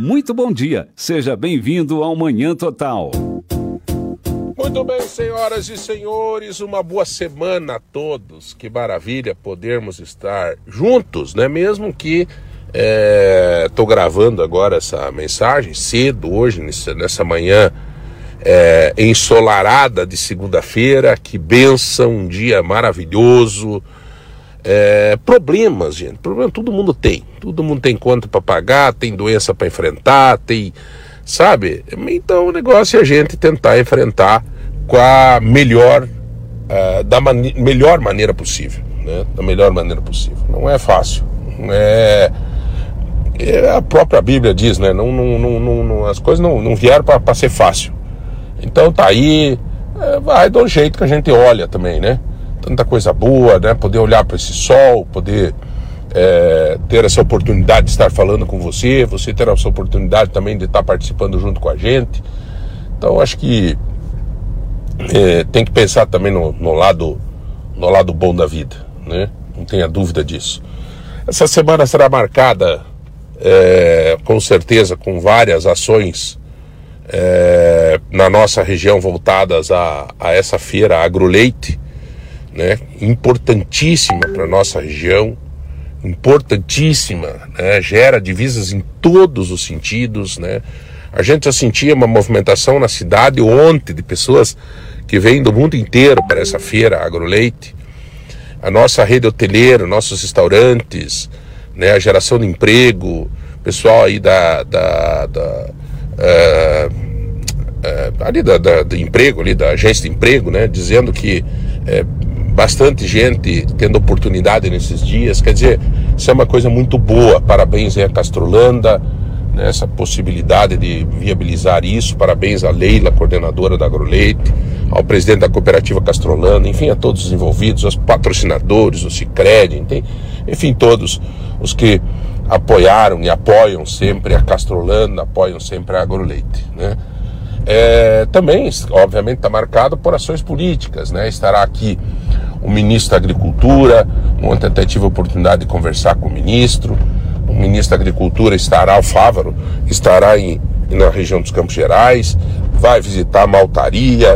Muito bom dia, seja bem-vindo ao Manhã Total. Muito bem, senhoras e senhores, uma boa semana a todos. Que maravilha podermos estar juntos, né? Mesmo que estou gravando agora essa mensagem cedo hoje, nessa manhã ensolarada de segunda-feira. Que bênção, um dia maravilhoso. Problemas, gente, todo mundo tem conta para pagar, tem doença para enfrentar, tem, sabe? Então o negócio é a gente tentar enfrentar com a melhor melhor maneira possível, né? Da melhor maneira possível. Não é fácil, a própria Bíblia diz, né? As coisas não vieram para ser fácil. Então tá aí, vai do jeito que a gente olha também, né? Tanta coisa boa, né? Poder olhar para esse sol, poder ter essa oportunidade de estar falando com você ter essa oportunidade também de estar participando junto com a gente. Então acho que tem que pensar também no lado bom da vida, né? Não tenha dúvida disso. Essa semana será marcada com certeza com várias ações na nossa região voltadas a essa feira Agroleite, né? Importantíssima para a nossa região, importantíssima, né? Gera divisas em todos os sentidos, né? A gente já sentia uma movimentação na cidade ontem de pessoas que vêm do mundo inteiro para essa feira Agroleite. A nossa rede hoteleira, nossos restaurantes, né? A geração de emprego, pessoal aí do emprego, ali da agência de emprego, né? Dizendo que bastante gente tendo oportunidade nesses dias. Quer dizer, isso é uma coisa muito boa. Parabéns aí a Castrolanda, né, essa possibilidade de viabilizar isso. Parabéns a Leila, coordenadora da Agroleite, ao presidente da cooperativa Castrolanda, enfim, a todos os envolvidos, aos patrocinadores, o Sicredi, enfim, todos os que apoiaram e apoiam sempre a Castrolanda, apoiam sempre a Agroleite, né? Também, obviamente, está marcado por ações políticas, né? Estará aqui o ministro da Agricultura. Ontem até tive a oportunidade de conversar com o ministro. O ministro da Agricultura estará, o Fávaro, estará na região dos Campos Gerais, vai visitar a maltaria,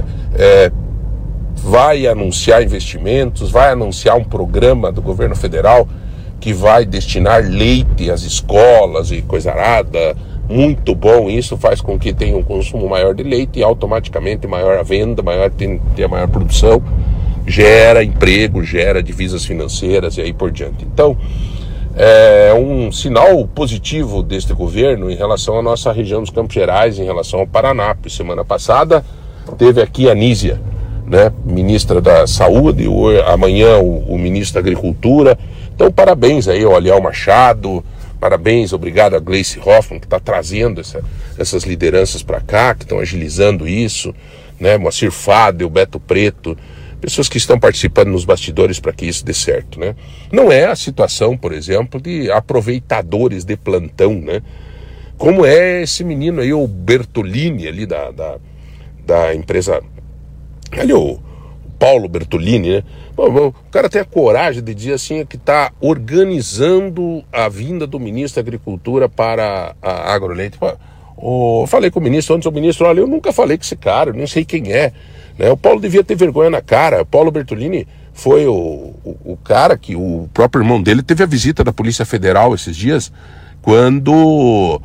vai anunciar investimentos, vai anunciar um programa do governo federal que vai destinar leite às escolas e coisa arada. Muito bom, isso faz com que tenha um consumo maior de leite e automaticamente maior a venda, tenha maior produção, gera emprego, gera divisas financeiras e aí por diante. Então, é um sinal positivo deste governo em relação à nossa região dos Campos Gerais, em relação ao Paraná. Semana passada teve aqui a Nízia, né, ministra da Saúde, amanhã o ministro da Agricultura. Então parabéns aí ao Aliel Machado, parabéns, obrigado a Gleice Hoffmann, que está trazendo essas lideranças para cá, que estão agilizando isso, né? Moacir Fadel, Beto Preto, pessoas que estão participando nos bastidores para que isso dê certo, né? Não é a situação, por exemplo, de aproveitadores de plantão, né? Como é esse menino aí, o Bertolini, ali da empresa, ali o Paulo Bertolini, né? O cara tem a coragem de dizer assim que está organizando a vinda do ministro da Agricultura para a Agroleite. Eu falei com o ministro antes, o ministro, olha, eu nunca falei com esse cara, eu nem sei quem é, né? O Paulo devia ter vergonha na cara. O Paulo Bertolini foi o cara que o próprio irmão dele teve a visita da Polícia Federal esses dias, quando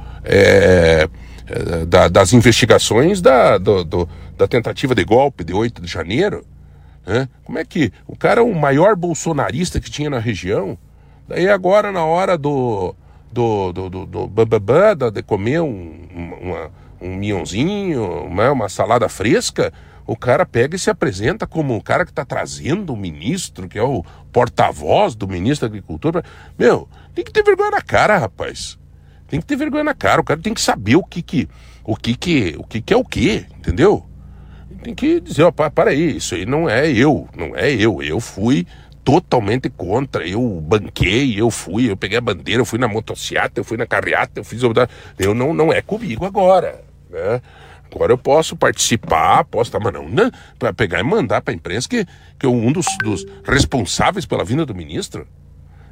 das investigações da tentativa de golpe de 8 de janeiro. Como é que o cara é o maior bolsonarista que tinha na região? Daí agora, na hora de comer um minhãozinho, uma salada fresca, o cara pega e se apresenta como o cara que está trazendo o ministro, que é o porta-voz do ministro da Agricultura. Meu, tem que ter vergonha na cara, rapaz. Tem que ter vergonha na cara. O cara tem que saber o que é o que, entendeu? Tem que dizer, ó, para aí, isso aí não é eu. Eu fui totalmente contra, eu banquei, eu peguei a bandeira, eu fui na motociata, eu fui na carreata, eu fiz... não é comigo agora, né? Agora eu posso participar, mas não, né? Para pegar e mandar para a imprensa que um dos responsáveis pela vinda do ministro.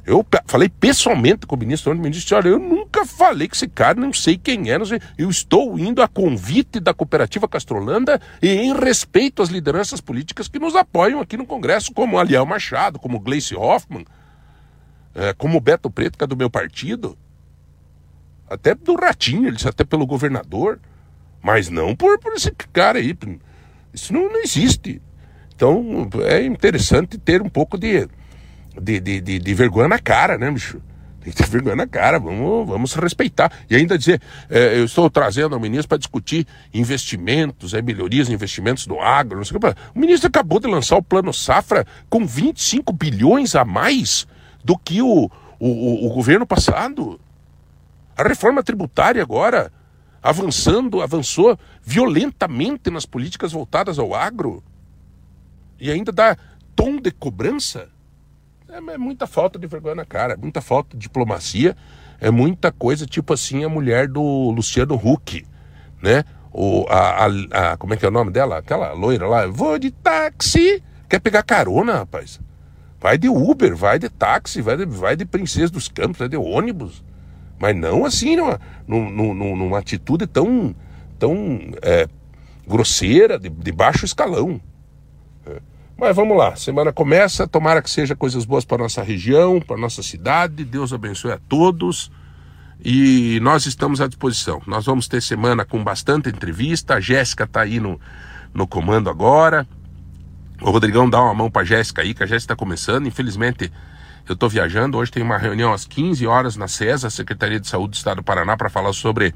Eu falei pessoalmente com o ministro, disse, olha, eu nunca falei que esse cara, não sei quem é, não sei. Eu estou indo a convite da Cooperativa Castrolanda e em respeito às lideranças políticas que nos apoiam aqui no Congresso, como Aliel Machado, como Gleice Hoffmann, como Beto Preto, que é do meu partido, até do Ratinho, ele disse, até pelo governador, mas não por esse cara aí. Isso não existe. Então é interessante ter um pouco de vergonha na cara, né, bicho? Tem que ter vergonha na cara, vamos respeitar. E ainda dizer, eu estou trazendo ao ministro para discutir investimentos, melhorias em investimentos no agro, não sei o que. O ministro acabou de lançar o Plano Safra com 25 bilhões a mais do que o governo passado. A reforma tributária agora avançou violentamente nas políticas voltadas ao agro. E ainda dá tom de cobrança. É muita falta de vergonha na cara, muita falta de diplomacia, é muita coisa tipo assim a mulher do Luciano Huck, né? Como é que é o nome dela? Aquela loira lá, vou de táxi, quer pegar carona, rapaz. Vai de Uber, vai de táxi, vai de Princesa dos Campos, vai de ônibus. Mas não assim, numa atitude tão grosseira, de baixo escalão. Mas vamos lá, semana começa, tomara que seja coisas boas para a nossa região, para a nossa cidade, Deus abençoe a todos e nós estamos à disposição. Nós vamos ter semana com bastante entrevista, a Jéssica está aí no comando agora, o Rodrigão dá uma mão para a Jéssica aí, que a Jéssica está começando, infelizmente eu estou viajando, hoje tem uma reunião às 15 horas na CESA, Secretaria de Saúde do Estado do Paraná, para falar sobre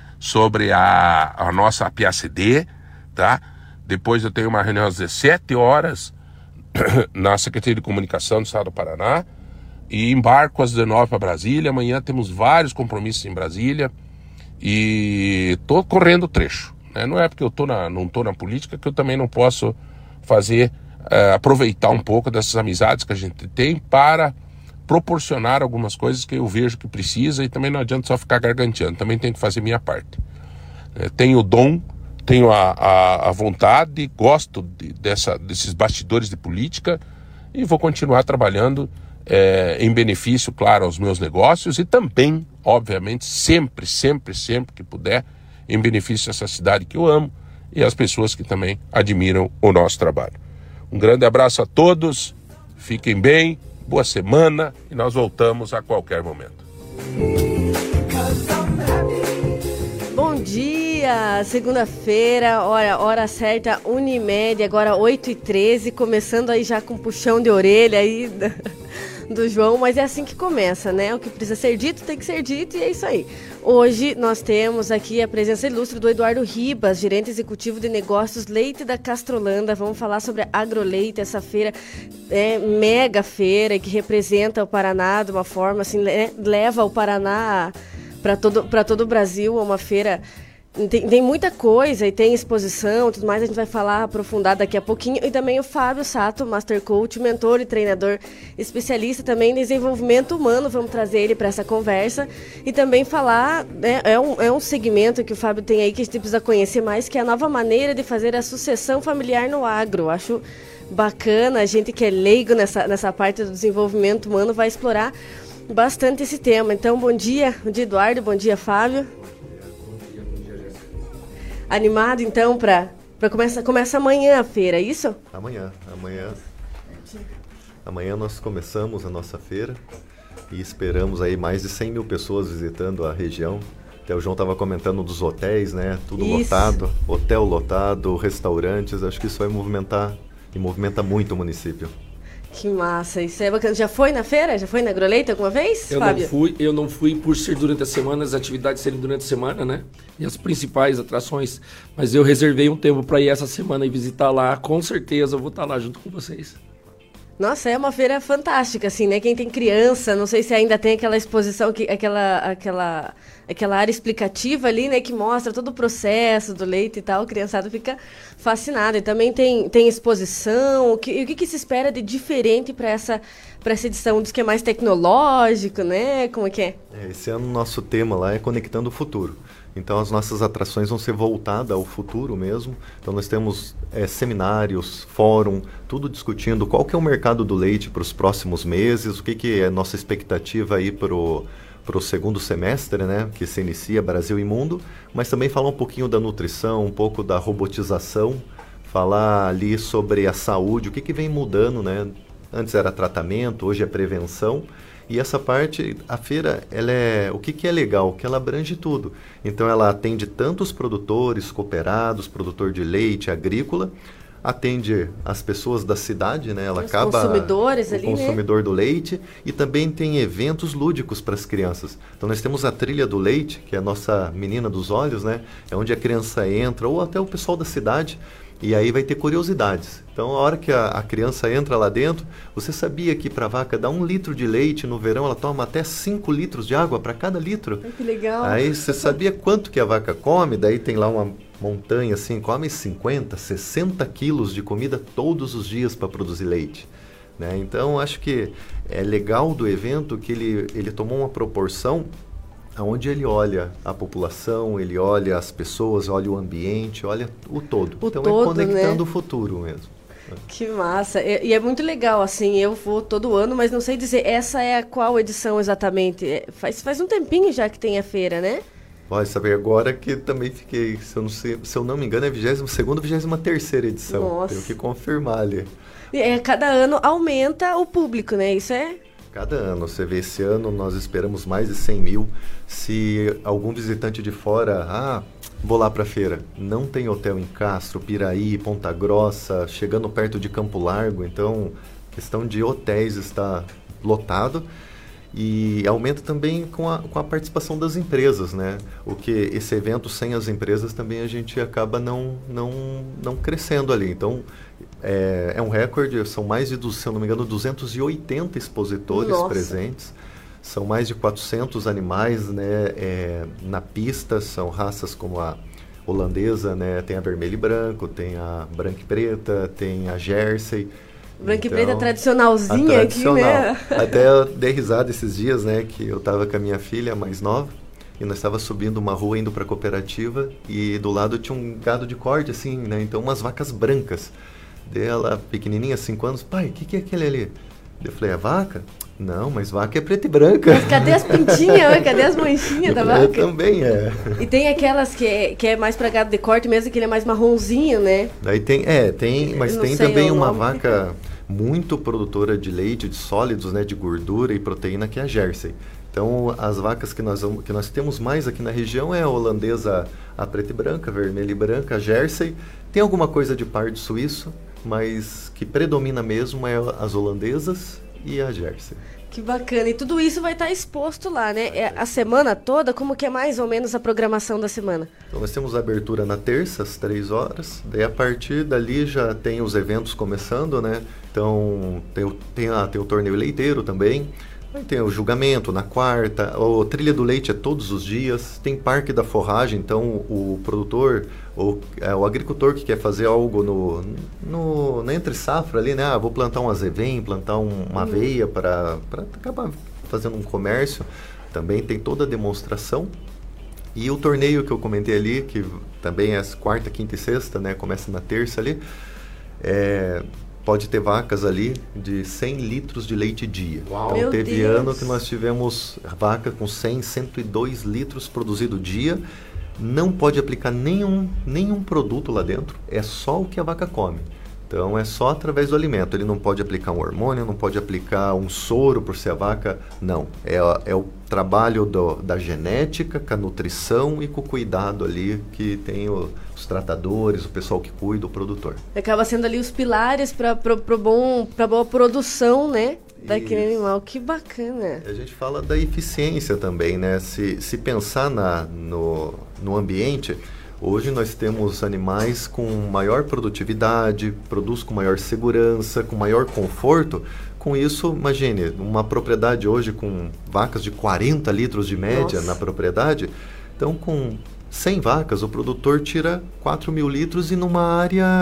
a nossa APACD, tá? Depois eu tenho uma reunião às 17 horas na Secretaria de Comunicação do Estado do Paraná e embarco às 19 para Brasília. Amanhã temos vários compromissos em Brasília e estou correndo o trecho, né? Não é porque eu não estou na política que eu também não posso aproveitar um pouco dessas amizades que a gente tem para proporcionar algumas coisas que eu vejo que precisa e também não adianta só ficar garganteando, também tenho que fazer minha parte. Tenho o dom, tenho a vontade, gosto desses bastidores de política e vou continuar trabalhando em benefício, claro, aos meus negócios e também, obviamente, sempre que puder, em benefício dessa cidade que eu amo e as pessoas que também admiram o nosso trabalho. Um grande abraço a todos, fiquem bem, boa semana e nós voltamos a qualquer momento. Bom dia, segunda-feira, hora certa, Unimed, agora 8h13, começando aí já com puxão de orelha aí do João, mas é assim que começa, né? O que precisa ser dito tem que ser dito e é isso aí. Hoje nós temos aqui a presença ilustre do Eduardo Ribas, gerente executivo de negócios Leite da Castrolanda. Vamos falar sobre a Agroleite, essa feira, mega feira que representa o Paraná de uma forma assim, leva o Paraná para todo o Brasil, é uma feira. Tem muita coisa e tem exposição e tudo mais, a gente vai falar aprofundar daqui a pouquinho. E também o Fábio Sato, Master Coach, mentor e treinador especialista também em desenvolvimento humano, vamos trazer ele para essa conversa. E também falar, né, é um segmento que o Fábio tem aí que a gente precisa conhecer mais, que é a nova maneira de fazer a sucessão familiar no agro. Acho bacana, a gente que é leigo nessa parte do desenvolvimento humano vai explorar bastante esse tema. Então, bom dia Eduardo, bom dia Fábio. Animado, então, para começa amanhã a feira, é isso? Amanhã nós começamos a nossa feira e esperamos aí mais de 100 mil pessoas visitando a região. Até o João estava comentando dos hotéis, né? Tudo isso. Lotado, hotel lotado, restaurantes, acho que isso vai movimentar e movimenta muito o município. Que massa, isso é bacana. Já foi na feira? Já foi na Agroleite alguma vez, Fábio? Eu não fui por ser durante a semana, as atividades serem durante a semana, né? E as principais atrações. Mas eu reservei um tempo para ir essa semana e visitar lá. Com certeza eu vou estar lá junto com vocês. Nossa, é uma feira fantástica, assim, né? Quem tem criança, não sei se ainda tem aquela exposição, aquela área explicativa ali, né? Que mostra todo o processo do leite e tal. A criançada fica fascinada. E também tem exposição. O que se espera de diferente para essa edição? Diz que é mais tecnológico, né? Como é que é? Esse ano o nosso tema lá é Conectando o Futuro. Então as nossas atrações vão ser voltadas ao futuro mesmo. Então nós temos seminários, fórum, tudo discutindo qual que é o mercado do leite para os próximos meses, o que é a nossa expectativa aí para o segundo semestre, né, que se inicia Brasil e Mundo, mas também falar um pouquinho da nutrição, um pouco da robotização, falar ali sobre a saúde, o que vem mudando, né? Antes era tratamento, hoje é prevenção. E essa parte, a feira, o que é legal? Que ela abrange tudo. Então ela atende tanto os produtores, cooperados, produtor de leite, agrícola, atende as pessoas da cidade, né? Ela acaba consumidores ali, consumidor, né? Do leite, e também tem eventos lúdicos para as crianças. Então nós temos a Trilha do Leite, que é a nossa menina dos olhos, né? É onde a criança entra, ou até o pessoal da cidade, e aí vai ter curiosidades. Então a hora que a criança entra lá dentro, você sabia que para a vaca dar 1 litro de leite no verão, ela toma até 5 litros de água para cada litro? Ai, que legal! Aí você sabia quanto que a vaca come? Daí tem lá uma montanha assim, come 50, 60 quilos de comida todos os dias para produzir leite, né? Então acho que é legal do evento que ele tomou uma proporção onde ele olha a população, ele olha as pessoas, olha o ambiente, olha o todo. Então é conectando, né, o futuro mesmo. Que massa! E é muito legal, assim, eu vou todo ano, mas não sei dizer, essa é a qual edição exatamente? Faz um tempinho já que tem a feira, né? Pode saber agora que também fiquei, se eu não me engano, é 22ª, 23ª edição. Nossa. Tenho que confirmar ali. Cada ano aumenta o público, né? Isso é... Cada ano, você vê, esse ano nós esperamos mais de 100 mil. Se algum visitante de fora, vou lá para a feira, não tem hotel em Castro, Piraí, Ponta Grossa, chegando perto de Campo Largo, então questão de hotéis está lotado. E aumenta também com a participação das empresas, né? O que esse evento sem as empresas também a gente acaba não crescendo ali. Então é um recorde, são mais de, se eu não me engano, 280 expositores. Nossa. Presentes. São mais de 400 animais, né, na pista, são raças como a holandesa, né? Tem a vermelho e branco, tem a branca e preta, tem a Jersey. Branca e preta tradicionalzinha tradicional. Aqui, né? Até eu dei risada esses dias, né? Que eu tava com a minha filha mais nova e nós estava subindo uma rua indo para a cooperativa e do lado tinha um gado de corte, assim, né? Então umas vacas brancas. Dela, pequenininha, 5 anos, pai, o que é aquele ali? Eu falei, é vaca? Não, mas vaca é preta e branca. Mas cadê as pintinhas? Cadê as manchinhas da vaca? Também é. E tem aquelas que é mais para gado de corte mesmo, que ele é mais marronzinho, né? Daí tem, mas tem também uma vaca muito produtora de leite, de sólidos, né, de gordura e proteína, que é a Jersey. Então, as vacas que nós temos mais aqui na região é a holandesa, a preta e branca, a vermelha e branca, a Jersey. Tem alguma coisa de pardo suíço, mas que predomina mesmo é as holandesas e a Jersey. Que bacana. E tudo isso vai estar exposto lá, né? A semana toda, como que é mais ou menos a programação da semana? Então, nós temos a abertura na terça, às 3 horas. Daí, a partir dali, já tem os eventos começando, né? Então, tem o torneio leiteiro também. Aí tem o julgamento na quarta, a Trilha do Leite é todos os dias, tem Parque da Forragem, então o produtor, o agricultor que quer fazer algo na entre-safra ali, né? Vou plantar um azevém, plantar uma aveia para acabar fazendo um comércio, também tem toda a demonstração. E o torneio que eu comentei ali, que também é quarta, quinta e sexta, né? Começa na terça ali, pode ter vacas ali de 100 litros de leite dia. Uau. Então, teve ano que nós tivemos vaca com 100, 102 litros produzido dia. Não pode aplicar nenhum produto lá dentro, é só o que a vaca come. Então, é só através do alimento. Ele não pode aplicar um hormônio, não pode aplicar um soro por ser a vaca. Não, é o trabalho da genética, com a nutrição e com o cuidado ali que tem os tratadores, o pessoal que cuida, o produtor. Acaba sendo ali os pilares para boa produção, né? Daquele animal. Que bacana. A gente fala da eficiência também, né? Se pensar no ambiente, hoje nós temos animais com maior produtividade, produz com maior segurança, com maior conforto. Com isso, imagine, uma propriedade hoje com vacas de 40 litros de média. Nossa. Na propriedade, então com 100 vacas, o produtor tira 4 mil litros e numa área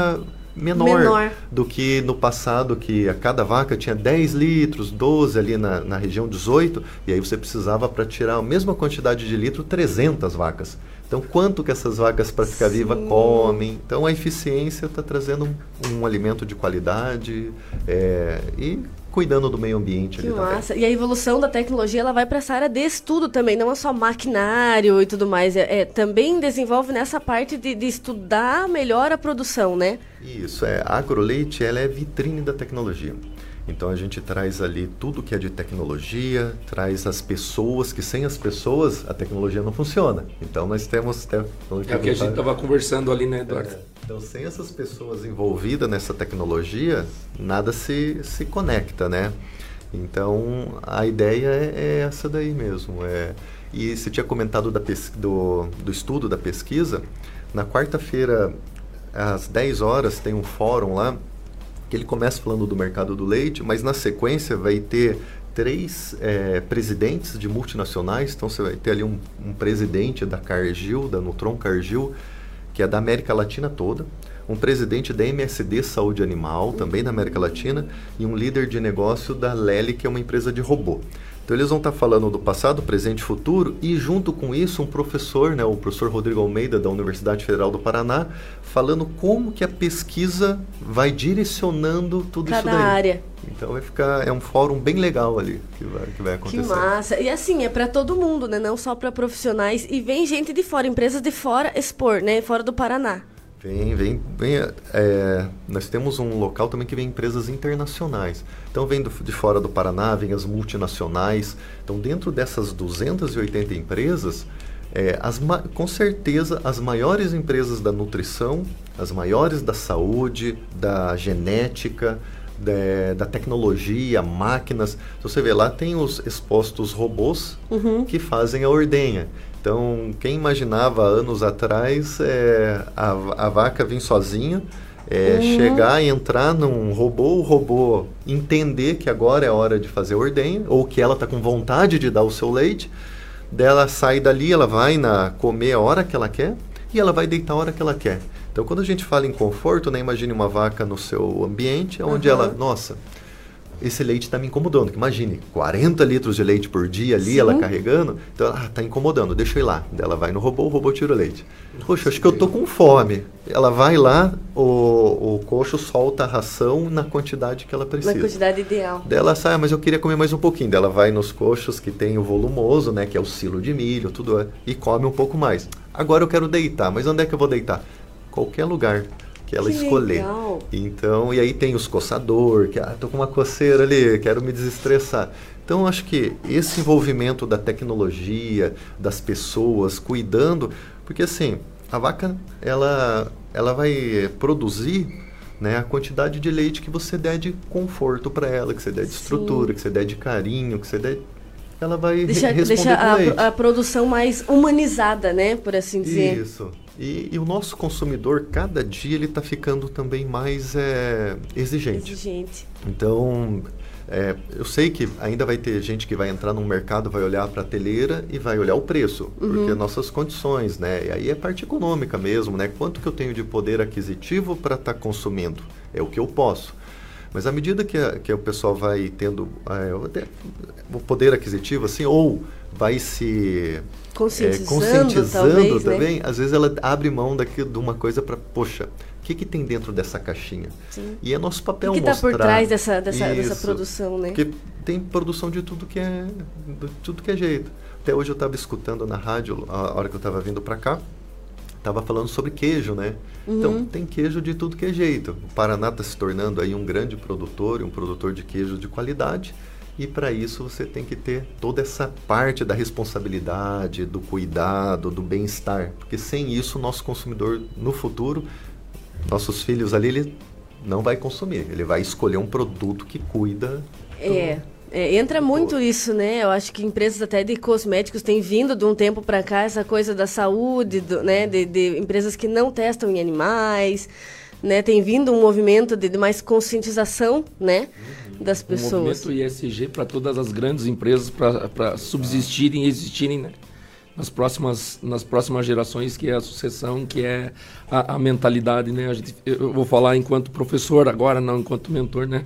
menor do que no passado, que a cada vaca tinha 10 litros, 12 ali na região 18, e aí você precisava, para tirar a mesma quantidade de litro, 300 vacas. Então, quanto que essas vacas, para ficar viva, comem? Então, a eficiência está trazendo um alimento de qualidade e cuidando do meio ambiente. Que ali massa. também. E a evolução da tecnologia, ela vai para essa área de estudo também, não é só maquinário e tudo mais. Também desenvolve nessa parte de estudar melhor a produção, né? Isso, a Agroleite, ela é vitrine da tecnologia. Então a gente traz ali tudo que é de tecnologia, traz as pessoas, que sem as pessoas a tecnologia não funciona. Então nós temos... É o que a gente estava conversando ali, né, Eduardo? Então sem essas pessoas envolvidas nessa tecnologia, nada se conecta, né? Então a ideia é essa daí mesmo. E você tinha comentado do estudo da pesquisa. Na quarta-feira, às 10 horas, tem um fórum lá, que ele começa falando do mercado do leite, mas na sequência vai ter 3 presidentes de multinacionais. Então você vai ter ali um presidente da Cargill, da Nutron Cargill, que é da América Latina toda, um presidente da MSD Saúde Animal, também da América Latina, e um líder de negócio da Lely, que é uma empresa de robô. Então eles vão estar falando do passado, presente e futuro, e junto com isso um professor, né, o professor Rodrigo Almeida, da Universidade Federal do Paraná, falando como que a pesquisa vai direcionando tudo isso daí. Cada área. Então é um fórum bem legal ali que vai acontecer. Que massa. E assim, é para todo mundo, né? Não só para profissionais. E vem gente de fora, empresas de fora expor, né? Fora do Paraná. Vem. Nós temos um local também que vem empresas internacionais. Então vem de fora do Paraná, vem as multinacionais. Então dentro dessas 280 empresas, com certeza as maiores empresas da nutrição, as maiores da saúde, da genética, da tecnologia, máquinas. Então você vê lá, tem os expostos robôs que fazem a ordenha. Então, quem imaginava anos atrás a vaca vir sozinha, chegar e entrar num robô, o robô entender que agora é hora de fazer a ordenha, ou que ela está com vontade de dar o seu leite, dela sai dali, ela vai comer a hora que ela quer e ela vai deitar a hora que ela quer. Então, quando a gente fala em conforto, né, imagine uma vaca no seu ambiente, onde ela, nossa, esse leite está me incomodando. Imagine, 40 litros de leite por dia ali, ela carregando. Então, ela está incomodando, deixa eu ir lá. Ela vai no robô, o robô tira o leite. Poxa, acho que eu tô com fome. Ela vai lá, o coxo solta a ração na quantidade que ela precisa. Na quantidade ideal. Dela sai, mas eu queria comer mais um pouquinho. Dela vai nos coxos que tem o volumoso, né, que é o silo de milho, tudo, e come um pouco mais. Agora eu quero deitar, mas onde é que eu vou deitar? Qualquer lugar que ela escolher. Legal. Então, e aí tem os coçador, que tô com uma coceira ali, quero me desestressar. Então, acho que esse envolvimento da tecnologia, das pessoas cuidando, porque assim, a vaca, ela vai produzir, né, a quantidade de leite que você der de conforto para ela, que você der de estrutura, que você der de carinho, que você der... Ela vai responder com leite. A produção mais humanizada, né, por assim dizer. Isso. E o nosso consumidor, cada dia, ele está ficando também mais exigente. Então, eu sei que ainda vai ter gente que vai entrar no mercado, vai olhar a prateleira e vai olhar o preço, porque nossas condições, né? E aí é parte econômica mesmo, né? Quanto que eu tenho de poder aquisitivo para estar consumindo? É o que eu posso. Mas à medida que o pessoal vai tendo o poder aquisitivo, assim, ou vai se conscientizando talvez, também, né? Às vezes ela abre mão de uma coisa para, poxa, o que tem dentro dessa caixinha? Sim. E é nosso papel mostrar. O que está por trás dessa produção, né? Porque tem produção de tudo que é jeito. Até hoje eu estava escutando na rádio, a hora que eu estava vindo para cá, estava falando sobre queijo, né? Então, tem queijo de tudo que é jeito. O Paraná está se tornando aí um grande produtor, um produtor de queijo de qualidade. E para isso você tem que ter toda essa parte da responsabilidade, do cuidado, do bem-estar. Porque sem isso, o nosso consumidor, no futuro, nossos filhos ali, ele não vai consumir. Ele vai escolher um produto que cuida. Entra muito isso, né? Eu acho que empresas até de cosméticos têm vindo de um tempo para cá essa coisa da saúde, né? De empresas que não testam em animais, né? Tem vindo um movimento de mais conscientização, né? Das pessoas. Um movimento ISG para todas as grandes empresas para subsistirem e existirem, né? nas próximas gerações, que é a sucessão, que é a mentalidade, né? Eu vou falar enquanto professor agora, não enquanto mentor, né?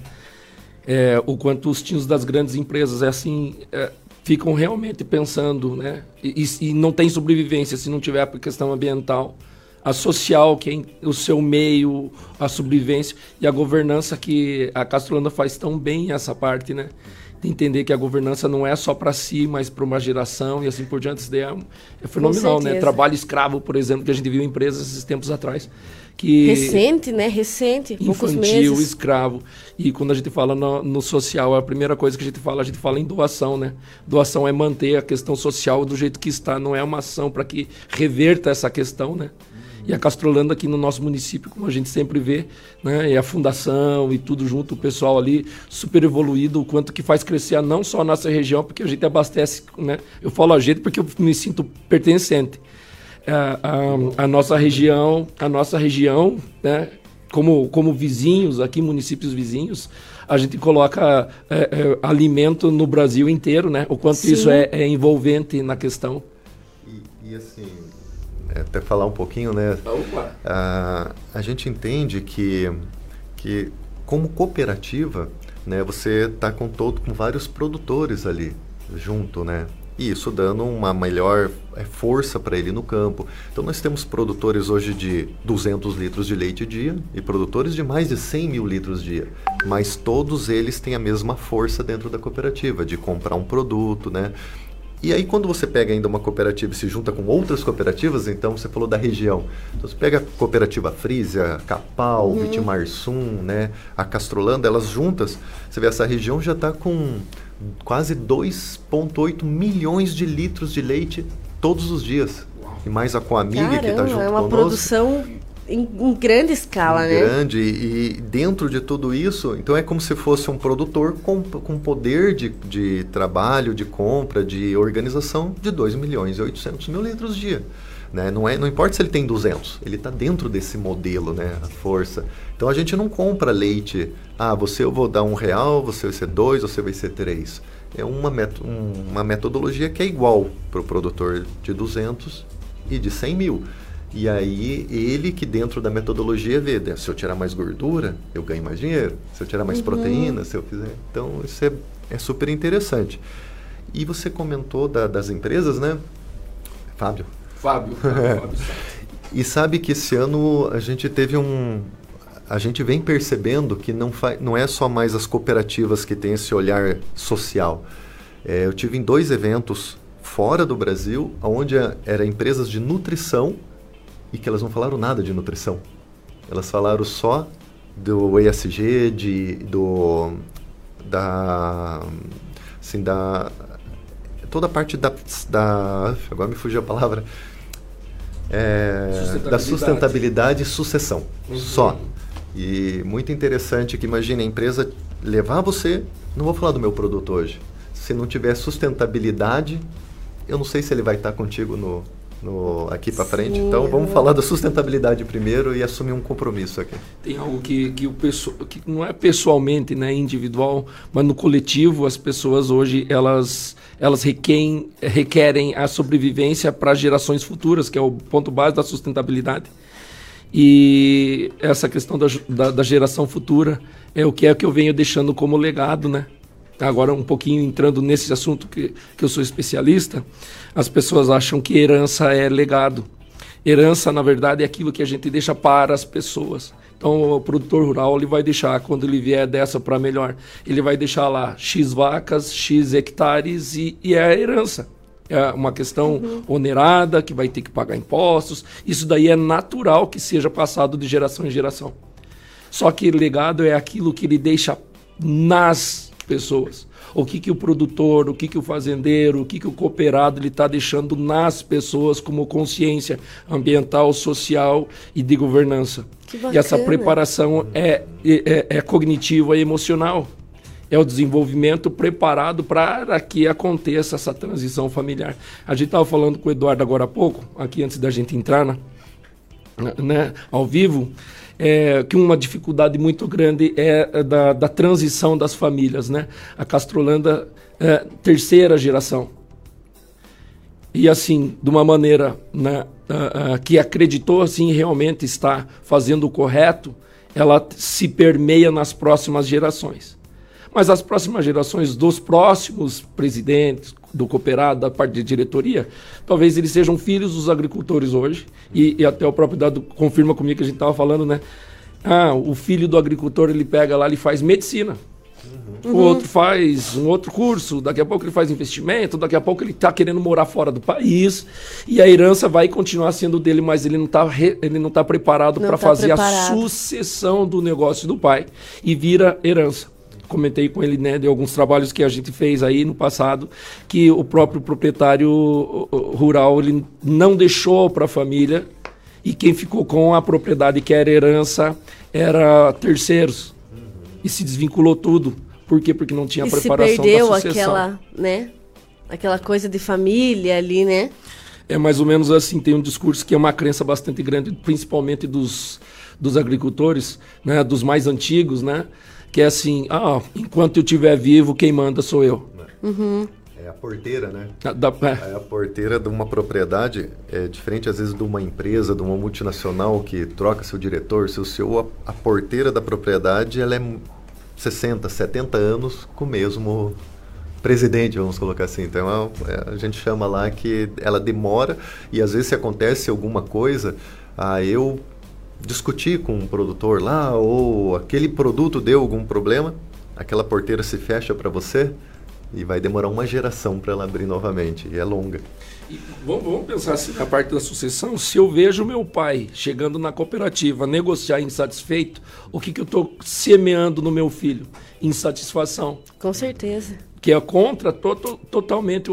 O quanto os tios das grandes empresas ficam realmente pensando, né? E não tem sobrevivência se não tiver a questão ambiental, a social, que é o seu meio, a sobrevivência e a governança, que a Castrolanda faz tão bem essa parte, né? De entender que a governança não é só para si, mas para uma geração e assim por diante. Isso daí é fenomenal, né? Trabalho escravo, por exemplo, que a gente viu em empresas esses tempos atrás. Recente, né? Recente, poucos meses. Infantil, escravo. E quando a gente fala no social, a primeira coisa que a gente fala em doação, né? Doação é manter a questão social do jeito que está, não é uma ação para que reverta essa questão, né? E a Castrolanda aqui no nosso município, como a gente sempre vê, né, e a fundação e tudo junto, o pessoal ali super evoluído, o quanto que faz crescer não só a nossa região, porque a gente abastece, né? Eu falo a gente porque eu me sinto pertencente. A nossa região, né, como vizinhos aqui, municípios vizinhos, a gente coloca alimento no Brasil inteiro, né? O quanto isso é envolvente na questão. E assim, até falar um pouquinho, né? A gente entende que como cooperativa, né, você está com vários produtores ali junto, né? E isso dando uma melhor força para ele no campo. Então nós temos produtores hoje de 200 litros de leite dia e produtores de mais de 100 mil litros dia. Mas todos eles têm a mesma força dentro da cooperativa, de comprar um produto, né? E aí quando você pega ainda uma cooperativa e se junta com outras cooperativas, então você falou da região. Então você pega a cooperativa Frisia, Capal, Vitimarsum, né, a Castrolanda, elas juntas, você vê essa região já está com quase 2,8 milhões de litros de leite todos os dias. E mais a Coamig que está junto conosco. É uma produção em grande escala, né? Grande, e dentro de tudo isso, então é como se fosse um produtor com poder de trabalho, de compra, de organização de 2 milhões e 800 mil litros dia. Né? Não importa se ele tem 200, ele está dentro desse modelo, né? A força. Então a gente não compra leite, eu vou dar R$1, você vai ser 2, você vai ser 3. É uma metodologia que é igual para o produtor de 200 e de 100 mil. E aí, ele que dentro da metodologia vê, se eu tirar mais gordura, eu ganho mais dinheiro. Se eu tirar mais proteína, se eu fizer... Então, isso é super interessante. E você comentou das empresas, né? Fábio. E sabe que esse ano a gente teve a gente vem percebendo que não é só mais as cooperativas que têm esse olhar social. Eu tive em 2 eventos fora do Brasil, onde eram empresas de nutrição, e que elas não falaram nada de nutrição. Elas falaram só do ESG, toda a parte agora me fugiu a palavra, da sustentabilidade e sucessão, só. E muito interessante que, imagine, a empresa levar você, não vou falar do meu produto hoje, se não tiver sustentabilidade, eu não sei se ele vai estar contigo aqui para frente. Então vamos falar da sustentabilidade primeiro e assumir um compromisso aqui. Tem algo que não é pessoalmente, né, individual, mas no coletivo as pessoas hoje elas requerem a sobrevivência para gerações futuras, que é o ponto base da sustentabilidade. E essa questão da geração futura é o que eu venho deixando como legado, né? Agora, um pouquinho entrando nesse assunto que eu sou especialista, as pessoas acham que herança é legado. Herança, na verdade, é aquilo que a gente deixa para as pessoas. Então, o produtor rural ele vai deixar, quando ele vier dessa para melhor, ele vai deixar lá X vacas, X hectares e é a herança. É uma questão onerada, que vai ter que pagar impostos. Isso daí é natural que seja passado de geração em geração. Só que legado é aquilo que ele deixa nas pessoas. O que o produtor, o que o fazendeiro, o que o cooperado ele está deixando nas pessoas como consciência ambiental, social e de governança. E essa preparação é cognitiva e emocional. É o desenvolvimento preparado para que aconteça essa transição familiar. A gente estava falando com o Eduardo agora há pouco, aqui antes da gente entrar né, ao vivo, que uma dificuldade muito grande é da transição das famílias, né? A Castrolanda, terceira geração. e assim, de uma maneira, né, que acreditou assim realmente está fazendo o correto, ela se permeia nas próximas gerações. Mas as próximas gerações dos próximos presidentes do cooperado, da parte de diretoria, talvez eles sejam filhos dos agricultores hoje, e até o próprio dado confirma comigo que a gente estava falando, né? O filho do agricultor, ele pega lá, ele faz medicina. O outro faz um outro curso, daqui a pouco ele faz investimento, daqui a pouco ele está querendo morar fora do país, e a herança vai continuar sendo dele, mas ele não tá preparado para fazer a sucessão do negócio do pai, e vira herança. Comentei com ele, né, de alguns trabalhos que a gente fez aí no passado, que o próprio proprietário rural ele não deixou para a família, e quem ficou com a propriedade que era herança era terceiros, e se desvinculou tudo. Por quê? Porque não tinha preparação da sucessão. E se perdeu aquela coisa de família ali, né? É mais ou menos assim, tem um discurso que é uma crença bastante grande, principalmente dos agricultores, né, dos mais antigos, né, que é assim, enquanto eu estiver vivo, quem manda sou eu. É a porteira, né? É a porteira de uma propriedade, é diferente às vezes de uma empresa, de uma multinacional que troca seu diretor, seu CEO, a porteira da propriedade, ela é 60, 70 anos com o mesmo presidente, vamos colocar assim. Então a gente chama lá que ela demora, e às vezes se acontece alguma coisa, eu discuti com um produtor lá, ou aquele produto deu algum problema, aquela porteira se fecha para você e vai demorar uma geração para ela abrir novamente, e é longa. E vamos pensar assim, na parte da sucessão, se eu vejo meu pai chegando na cooperativa, negociar insatisfeito, o que eu estou semeando no meu filho? Insatisfação. Com certeza. Que é contra totalmente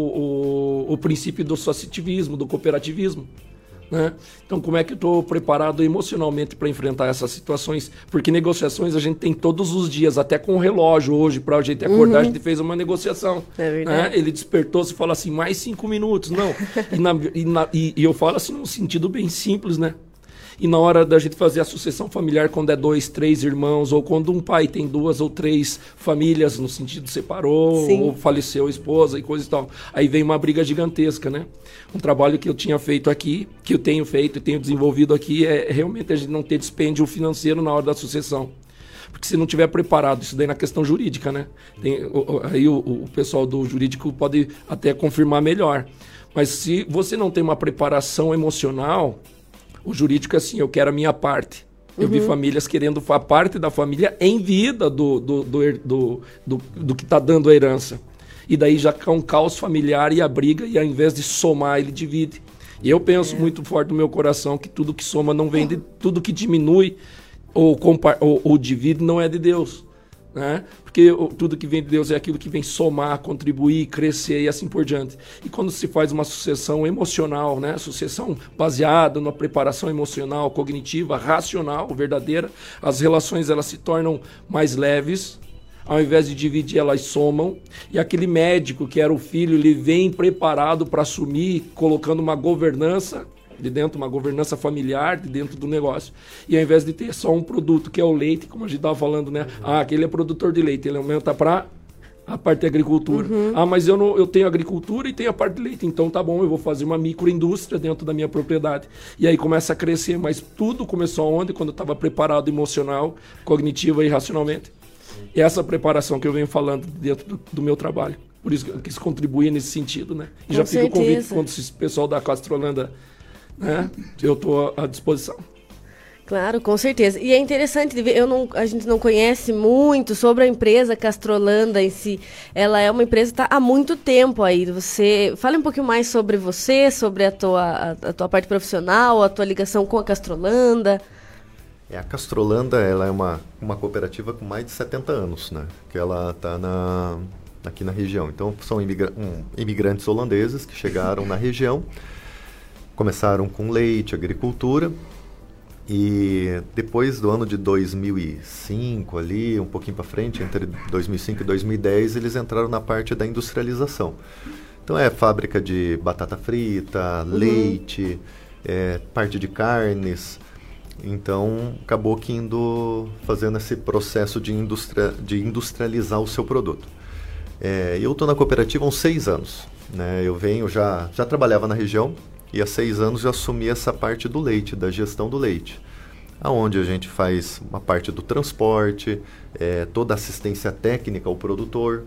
o princípio do associativismo, do cooperativismo. Né? Então, como é que eu estou preparado emocionalmente para enfrentar essas situações? Porque negociações a gente tem todos os dias, até com o relógio hoje, para a gente acordar, a gente fez uma negociação. É verdade. Né? Ele despertou-se e falou assim, mais 5 minutos. Não. E eu falo assim num sentido bem simples, né? E na hora da gente fazer a sucessão familiar, quando é 2, 3 irmãos, ou quando um pai tem 2 ou 3 famílias, no sentido separou, Sim. ou faleceu a esposa e coisa e tal. Aí vem uma briga gigantesca, né? Um trabalho que eu tinha feito aqui, que eu tenho feito e tenho desenvolvido aqui, é realmente a gente não ter dispêndio financeiro na hora da sucessão. Porque se não tiver preparado, isso daí na questão jurídica, né? Aí o pessoal do jurídico pode até confirmar melhor. Mas se você não tem uma preparação emocional, o jurídico é assim, eu quero a minha parte. Eu vi famílias querendo a parte da família em vida do que está dando a herança. E daí já é um caos familiar e a briga, e ao invés de somar, ele divide. E eu penso muito forte no meu coração que tudo que soma não vem de... Tudo que diminui ou divide não é de Deus. Né? Porque tudo que vem de Deus é aquilo que vem somar, contribuir, crescer e assim por diante. E quando se faz uma sucessão emocional, né? Sucessão baseada numa preparação emocional, cognitiva, racional, verdadeira, as relações elas se tornam mais leves. Ao invés de dividir, elas somam. E aquele médico que era o filho, ele vem preparado para assumir, colocando uma governança de dentro, uma governança familiar de dentro do negócio. E ao invés de ter só um produto, que é o leite, como a gente estava falando, né? Aquele é produtor de leite, ele aumenta para a parte de agricultura. Mas eu tenho agricultura e tenho a parte de leite, então tá bom, eu vou fazer uma microindústria dentro da minha propriedade. E aí começa a crescer, mas tudo começou onde? Quando eu estava preparado emocional, cognitiva e racionalmente. E essa preparação que eu venho falando dentro do meu trabalho. Por isso que eu quis contribuir nesse sentido, né? E já fica o convite quando esse pessoal da Castrolanda, né? Eu estou à disposição. Claro, com certeza. E é interessante de ver, a gente não conhece muito sobre a empresa Castrolanda em si. Ela é uma empresa que está há muito tempo aí. Você fala um pouquinho mais sobre você, sobre a tua parte profissional, a tua ligação com a Castrolanda. A Castrolanda, ela é uma cooperativa com mais de 70 anos, né? Que ela está aqui na região. Então, são imigrantes holandeses que chegaram na região, começaram com leite, agricultura, e depois do ano de 2005, ali, um pouquinho para frente, entre 2005 e 2010, eles entraram na parte da industrialização. Então, é fábrica de batata frita, leite, parte de carnes. Então, acabou que fazendo esse processo de industrializar o seu produto. Eu estou na cooperativa há uns 6 anos. né? Eu já trabalhava na região e há 6 anos já assumi essa parte do leite, da gestão do leite, aonde a gente faz uma parte do transporte, toda a assistência técnica ao produtor,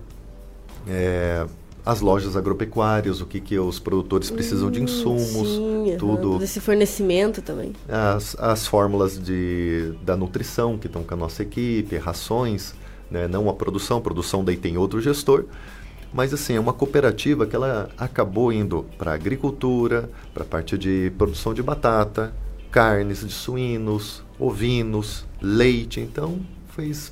as lojas agropecuárias, o que os produtores precisam de insumos, sim, tudo. Desse fornecimento também. As fórmulas da nutrição que estão com a nossa equipe, rações, né? Não a produção daí tem outro gestor. Mas assim, é uma cooperativa que ela acabou indo para a agricultura, para a parte de produção de batata, carnes de suínos, ovinos, leite, então fez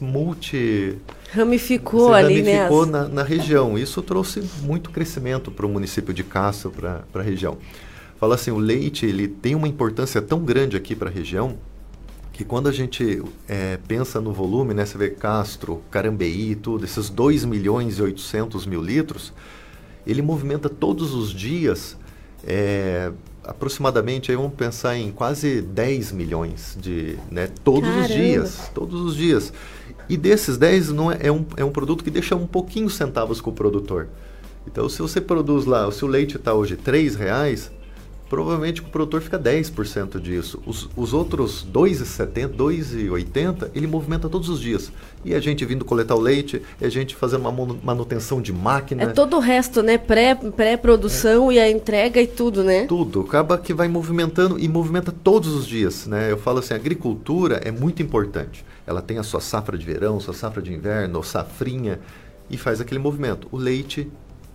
ramificou ali, né? Ramificou na região. Isso trouxe muito crescimento para o município de Castro, para a região. Fala assim, o leite ele tem uma importância tão grande aqui para a região, que quando a gente pensa no volume, né, você vê Castro, Carambeí, tudo, esses 2.800.000 litros, ele movimenta todos os dias, aproximadamente, aí vamos pensar em quase 10 milhões, todos os dias. E desses 10, é um produto que deixa um pouquinho centavos com o produtor. Então, se você produz lá, se o leite está hoje R$3, provavelmente o produtor fica 10% disso. Os outros 2,70, 2,80, ele movimenta todos os dias. E a gente vindo coletar o leite, a gente fazendo uma manutenção de máquina. É todo o resto, né? Pré-produção e a entrega e tudo, né? Tudo. Acaba que vai movimentando e movimenta todos os dias, né? Eu falo assim, a agricultura é muito importante. Ela tem a sua safra de verão, sua safra de inverno, safrinha, e faz aquele movimento. O leite,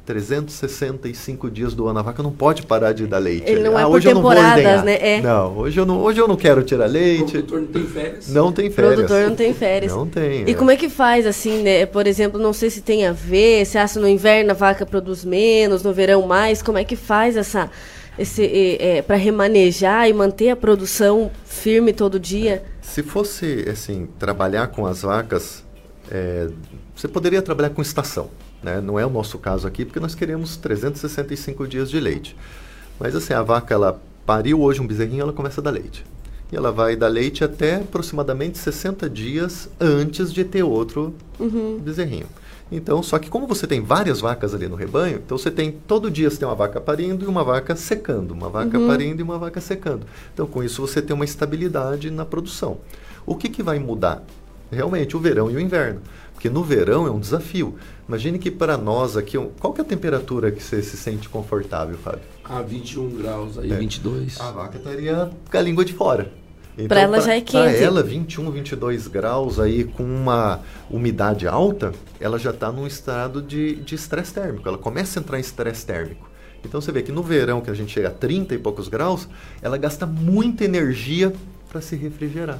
365 dias do ano, a vaca não pode parar de dar leite. Ele não é por temporadas, né? Não, hoje eu não quero tirar leite. O produtor não tem férias? Não tem férias. O produtor não tem férias. Não tem. E como é que faz, assim, né? Por exemplo, não sei se tem a ver, se no inverno a vaca produz menos, no verão mais, como é que faz para remanejar e manter a produção firme todo dia? Se fosse, assim, trabalhar com as vacas, você poderia trabalhar com estação. Né? Não é o nosso caso aqui, porque nós queremos 365 dias de leite. Mas assim, a vaca, ela pariu hoje um bezerrinho, ela começa a dar leite. E ela vai dar leite até aproximadamente 60 dias antes de ter outro bezerrinho. Então, só que como você tem várias vacas ali no rebanho, então todo dia você tem uma vaca parindo e uma vaca secando, uma vaca parindo e uma vaca secando. Então, com isso você tem uma estabilidade na produção. O que vai mudar? Realmente, o verão e o inverno. Porque no verão é um desafio. Imagine que para nós aqui, qual que é a temperatura que você se sente confortável, Fábio? 21 graus, aí 22. A vaca estaria com a língua de fora. Então, para ela já é quente. Para ela, 21, 22 graus aí com uma umidade alta, ela já está num estado de estresse térmico. Ela começa a entrar em estresse térmico. Então você vê que no verão, que a gente chega a 30 e poucos graus, ela gasta muita energia para se refrigerar.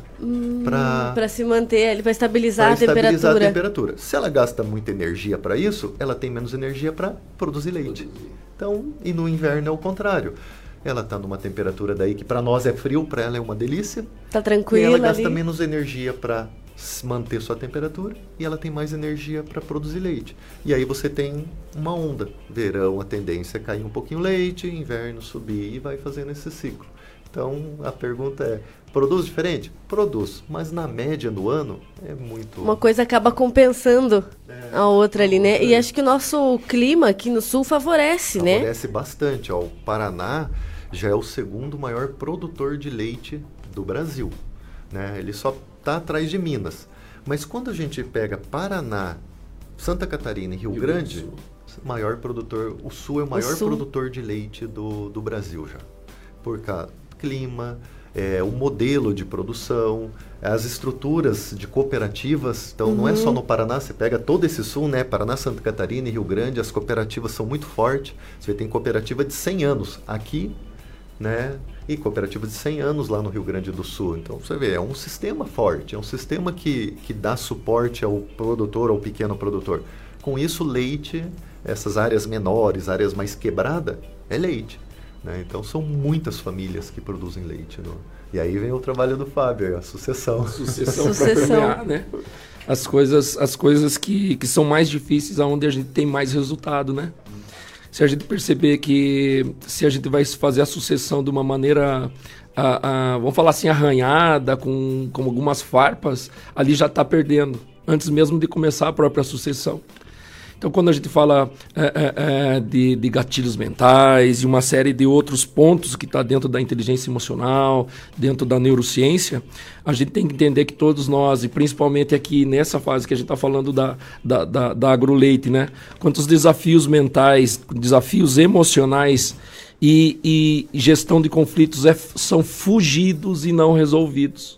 Para se manter, para estabilizar a temperatura. Se ela gasta muita energia para isso, ela tem menos energia para produzir leite. Então, e no inverno é o contrário. Ela está numa temperatura daí que para nós é frio, para ela é uma delícia. Tá tranquila. E ela gasta menos energia para manter sua temperatura e ela tem mais energia para produzir leite. E aí você tem uma onda. Verão, a tendência é cair um pouquinho leite, inverno subir e vai fazendo esse ciclo. Então, a pergunta é, produz diferente? Produz, mas na média do ano é muito... Uma coisa acaba compensando a outra ali, né? E acho que o nosso clima aqui no sul favorece, né? Favorece bastante. Ó, o Paraná já é o segundo maior produtor de leite do Brasil, né? Ele só está atrás de Minas. Mas quando a gente pega Paraná, Santa Catarina e Rio Grande, maior produtor, o sul é o maior produtor de leite do Brasil já. Por causa clima, o modelo de produção, as estruturas de cooperativas. Então, não é só no Paraná, você pega todo esse sul, né? Paraná, Santa Catarina e Rio Grande, as cooperativas são muito fortes. Você tem cooperativa de 100 anos aqui, né? E cooperativa de 100 anos lá no Rio Grande do Sul. Então, você vê, é um sistema forte, é um sistema que dá suporte ao produtor, ao pequeno produtor. Com isso, leite, essas áreas menores, áreas mais quebradas, é leite. Né? Então são muitas famílias que produzem leite. E aí vem o trabalho do Fábio, a sucessão. Sucessão para permear, né? As coisas que são mais difíceis, aonde a gente tem mais resultado, né? Se a gente perceber que se a gente vai fazer a sucessão de uma maneira, vamos falar assim, arranhada, com algumas farpas, ali já está perdendo, antes mesmo de começar a própria sucessão. Então, quando a gente fala de gatilhos mentais e uma série de outros pontos que está dentro da inteligência emocional, dentro da neurociência, a gente tem que entender que todos nós, e principalmente aqui nessa fase que a gente está falando da agroleite, né? Quantos desafios mentais, desafios emocionais e gestão de conflitos são fugidos e não resolvidos.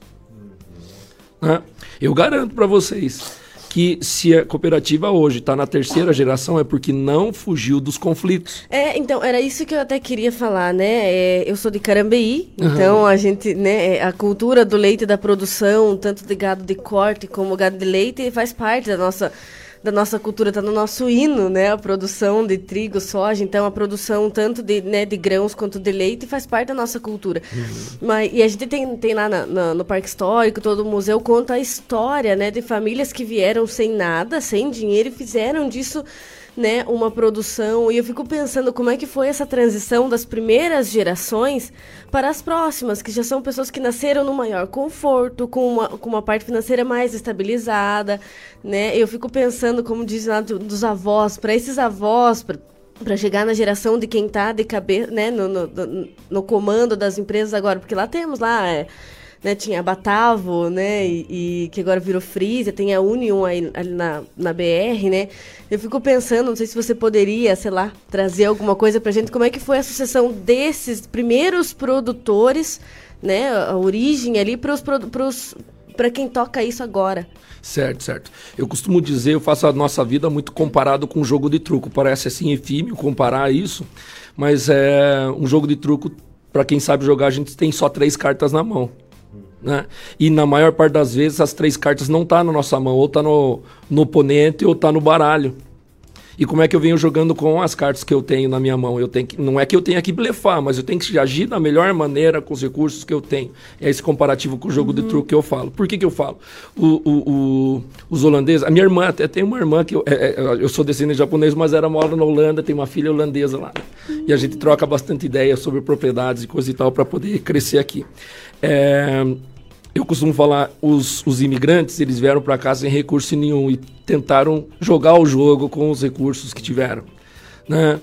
Né? Eu garanto para vocês que se a cooperativa hoje está na 3ª geração é porque não fugiu dos conflitos. Então, era isso que eu até queria falar, né? Eu sou de Carambeí, então a gente, né, a cultura do leite, da produção, tanto de gado de corte como gado de leite, faz parte da nossa cultura, está no nosso hino, né? A produção de trigo, soja, então a produção tanto de grãos quanto de leite faz parte da nossa cultura. E a gente tem lá no Parque Histórico, todo o museu conta a história, né, de famílias que vieram sem nada, sem dinheiro e fizeram disso, né, uma produção. E eu fico pensando como é que foi essa transição das primeiras gerações para as próximas, que já são pessoas que nasceram no maior conforto, com uma parte financeira mais estabilizada, né? Eu fico pensando, como diz lá dos avós, para esses avós, para chegar na geração de quem está de cabeça, né, no comando das empresas agora, porque lá temos né, tinha a Batavo, né, e que agora virou Frisia, tem a Union aí, ali na BR, né. Eu fico pensando, não sei se você poderia, sei lá, trazer alguma coisa pra gente, como é que foi a sucessão desses primeiros produtores, né, a origem ali para quem toca isso agora. Certo. Eu costumo dizer, eu faço a nossa vida muito comparado com um jogo de truco. Parece assim efímero comparar isso, mas um jogo de truco, para quem sabe jogar, a gente tem só 3 cartas na mão. Né? E na maior parte das vezes as 3 cartas não tá na nossa mão, ou tá no oponente ou tá no baralho. E como é que eu venho jogando com as cartas que eu tenho na minha mão? Não é que eu tenha que blefar, mas eu tenho que agir da melhor maneira com os recursos que eu tenho. É esse comparativo com o jogo de truque que eu falo. Por que eu falo? Os holandeses, a minha irmã, até tem uma irmã que eu sou descendente japonês, mas ela mora na Holanda, tem uma filha holandesa lá. E a gente troca bastante ideia sobre propriedades e coisa e tal para poder crescer aqui. Eu costumo falar, os imigrantes, eles vieram para cá sem recurso nenhum e tentaram jogar o jogo com os recursos que tiveram, né?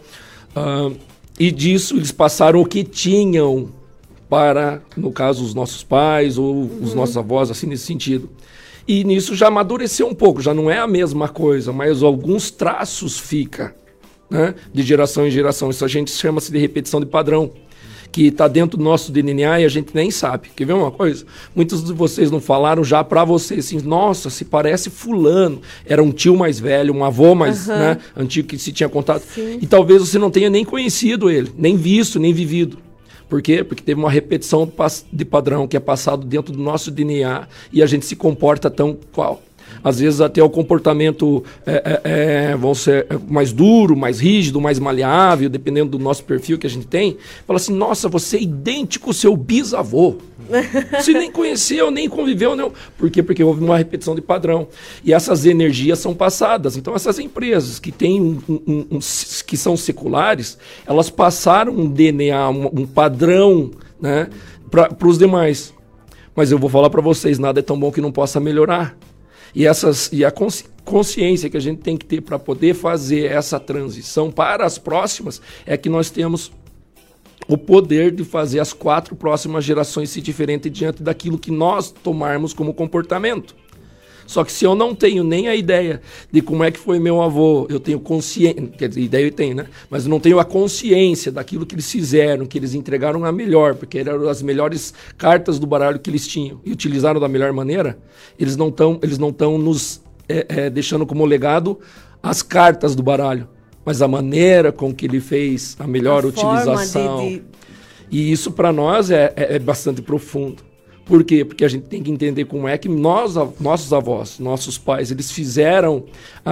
E disso eles passaram o que tinham para, no caso, os nossos pais ou os nossos avós, assim, nesse sentido. E nisso já amadureceu um pouco, já não é a mesma coisa, mas alguns traços ficam, né, de geração em geração. Isso a gente chama-se de repetição de padrão, que está dentro do nosso DNA e a gente nem sabe. Quer ver uma coisa? Muitos de vocês não falaram já para vocês assim, nossa, se parece fulano. Era um tio mais velho, um avô mais antigo que se tinha contato. Sim. E talvez você não tenha nem conhecido ele, nem visto, nem vivido. Por quê? Porque teve uma repetição de padrão que é passado dentro do nosso DNA e a gente se comporta tão qual. Às vezes até o comportamento vão ser mais duro, mais rígido, mais maleável, dependendo do nosso perfil que a gente tem. Fala assim, nossa, você é idêntico ao seu bisavô. Você nem conheceu, nem conviveu. Não. Por quê? Porque houve uma repetição de padrão. E essas energias são passadas. Então essas empresas que têm que são seculares, elas passaram um DNA, um padrão, né, para os demais. Mas eu vou falar para vocês, nada é tão bom que não possa melhorar. E a consciência que a gente tem que ter para poder fazer essa transição para as próximas é que nós temos o poder de fazer as 4 próximas gerações se diferentes diante daquilo que nós tomarmos como comportamento. Só que se eu não tenho nem a ideia de como é que foi meu avô, eu tenho consciência, quer dizer, ideia eu tenho, né? Mas eu não tenho a consciência daquilo que eles fizeram, que eles entregaram a melhor, porque eram as melhores cartas do baralho que eles tinham e utilizaram da melhor maneira, eles não estão nos deixando como legado as cartas do baralho, mas a maneira com que ele fez a melhor utilização. E isso para nós é bastante profundo. Por quê? Porque a gente tem que entender como é que nossos avós, nossos pais, eles fizeram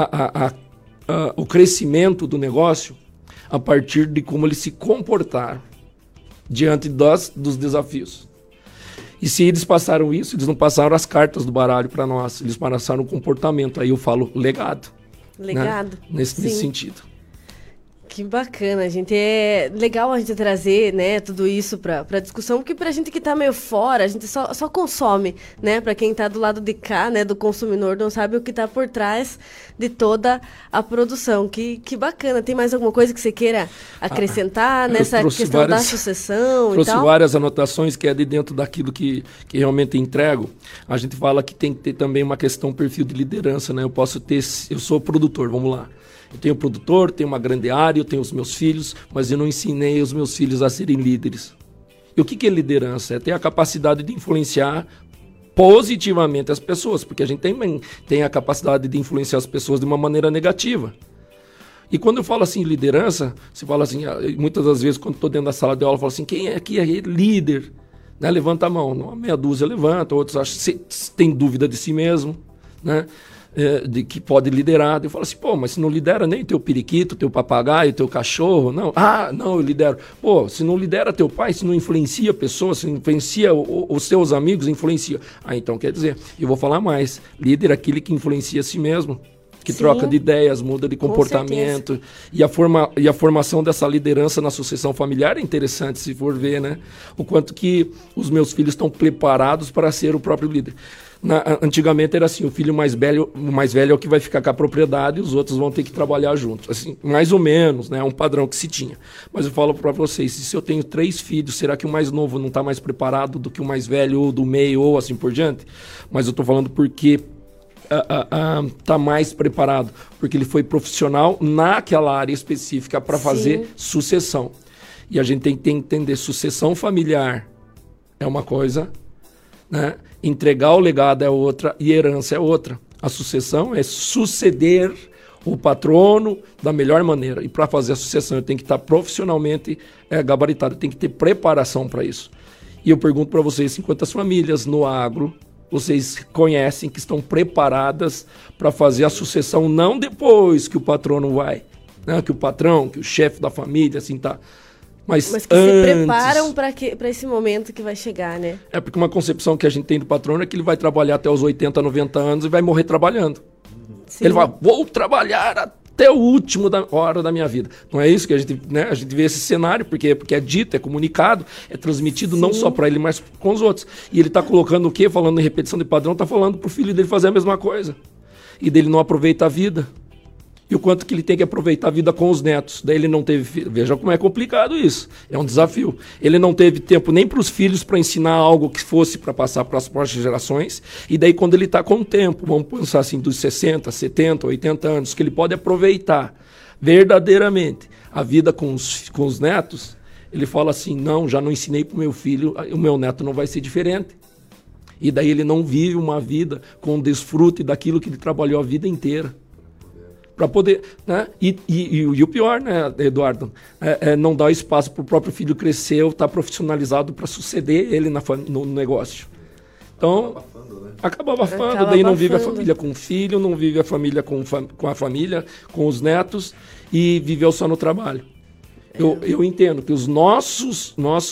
o crescimento do negócio a partir de como eles se comportaram diante dos desafios. E se eles passaram isso, eles não passaram as cartas do baralho para nós, eles passaram o comportamento. Aí eu falo legado. Legado. Né? Nesse sentido. Que bacana, gente. É legal a gente trazer, né, tudo isso para discussão, porque pra gente que tá meio fora, a gente só consome, né? Para quem tá do lado de cá, né, do consumidor, não sabe o que tá por trás de toda a produção. Que bacana. Tem mais alguma coisa que você queira acrescentar nessa questão da sucessão e tal? Trouxe várias anotações que é de dentro daquilo que realmente entrego. A gente fala que tem que ter também uma questão perfil de liderança, né? Eu sou produtor, vamos lá. Eu tenho produtor, tenho uma grande área, eu tenho os meus filhos, mas eu não ensinei os meus filhos a serem líderes. E o que é liderança? É ter a capacidade de influenciar positivamente as pessoas, porque a gente tem a capacidade de influenciar as pessoas de uma maneira negativa. E quando eu falo assim liderança, você fala assim, muitas das vezes quando estou dentro da sala de aula, eu falo assim, quem é aqui é líder? Né? Levanta a mão, uma meia dúzia levanta, outros acham que tem dúvida de si mesmo, né? De que pode liderar. Eu falo assim, pô, mas se não lidera nem teu periquito, teu papagaio, teu cachorro, não. Ah, não, eu lidero. Pô, se não lidera teu pai, se não influencia pessoas, se não influencia os seus amigos, influencia. Ah, então quer dizer, eu vou falar mais, líder é aquele que influencia a si mesmo, que Sim. troca de ideias, muda de comportamento. E a formação dessa liderança na sucessão familiar é interessante, se for ver, né? O quanto que os meus filhos estão preparados para ser o próprio líder. Antigamente era assim, o filho mais velho é o que vai ficar com a propriedade e os outros vão ter que trabalhar juntos. Assim, mais ou menos, né? É um padrão que se tinha. Mas eu falo para vocês, se eu tenho 3 filhos, será que o mais novo não está mais preparado do que o mais velho, ou do meio, ou assim por diante? Mas eu estou falando porque está mais preparado, porque ele foi profissional naquela área específica para fazer sucessão. E a gente tem que entender, sucessão familiar é uma coisa, né? Entregar o legado é outra e herança é outra. A sucessão é suceder o patrono da melhor maneira. E para fazer a sucessão eu tenho que estar profissionalmente gabaritado, eu tenho que ter preparação para isso. E eu pergunto para vocês, quantas famílias no agro vocês conhecem que estão preparadas para fazer a sucessão não depois que o patrono vai, né? Que o patrão, que o chefe da família, assim tá... Mas que se preparam para esse momento que vai chegar, né? É porque uma concepção que a gente tem do patrono é que ele vai trabalhar até os 80, 90 anos e vai morrer trabalhando. Sim. Ele vai, vou trabalhar até o último hora da minha vida. Não é isso que a gente, né? A gente vê esse cenário, porque é dito, é comunicado, é transmitido Sim. não só para ele, mas com os outros. E ele está colocando o quê? Falando em repetição de padrão, está falando para o filho dele fazer a mesma coisa. E dele não aproveita a vida. E o quanto que ele tem que aproveitar a vida com os netos. Daí ele não teve filho. Veja como é complicado isso. É um desafio. Ele não teve tempo nem para os filhos para ensinar algo que fosse para passar para as próximas gerações. E daí quando ele está com o tempo, vamos pensar assim, dos 60, 70, 80 anos, que ele pode aproveitar verdadeiramente a vida com os netos, ele fala assim, não, já não ensinei para o meu filho, o meu neto não vai ser diferente. E daí ele não vive uma vida com desfrute daquilo que ele trabalhou a vida inteira. Para poder, né? E o pior, né, Eduardo, não dar espaço para o próprio filho crescer ou estar profissionalizado para suceder ele no negócio. Então, acaba abafando, daí não vive a família com o filho, não vive a família com a família, com os netos e viveu só no trabalho. Eu entendo que os nossos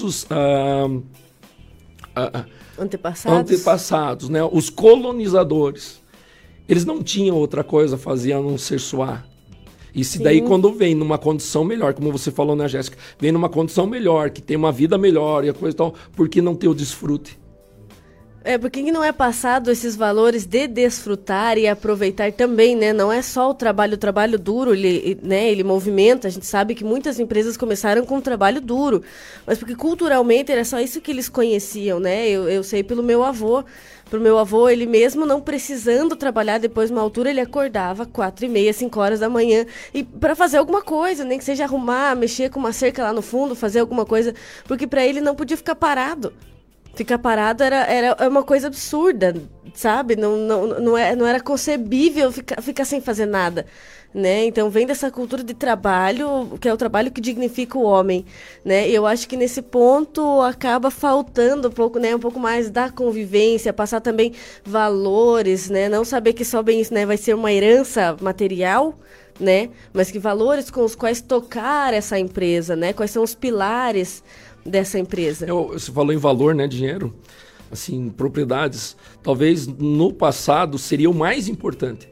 antepassados, né, os colonizadores, eles não tinham outra coisa a fazer a não ser suar. E se daí quando vem numa condição melhor, como você falou, né, Jéssica? Vem numa condição melhor, que tem uma vida melhor e a coisa e tal, por que não ter o desfrute? Por que não é passado esses valores de desfrutar e aproveitar também, né? Não é só o trabalho duro, ele movimenta, a gente sabe que muitas empresas começaram com um trabalho duro, mas porque culturalmente era só isso que eles conheciam, né? Eu sei pelo meu avô. Pro meu avô, ele mesmo não precisando trabalhar, depois de uma altura ele acordava 4h30, 5 horas da manhã, e para fazer alguma coisa, nem que seja arrumar, mexer com uma cerca lá no fundo, fazer alguma coisa, porque para ele não podia ficar parado. Ficar parado era uma coisa absurda, sabe? Não era concebível ficar sem fazer nada, né? Então vem dessa cultura de trabalho, que é o trabalho que dignifica o homem, né? E eu acho que nesse ponto acaba faltando um pouco, né? Um pouco mais da convivência, passar também valores, né? Não saber que só bem isso, né? Vai ser uma herança material, né? Mas que valores com os quais tocar essa empresa, né? Quais são os pilares dessa empresa? Você falou em valor, né, dinheiro, assim, propriedades. Talvez no passado seria o mais importante.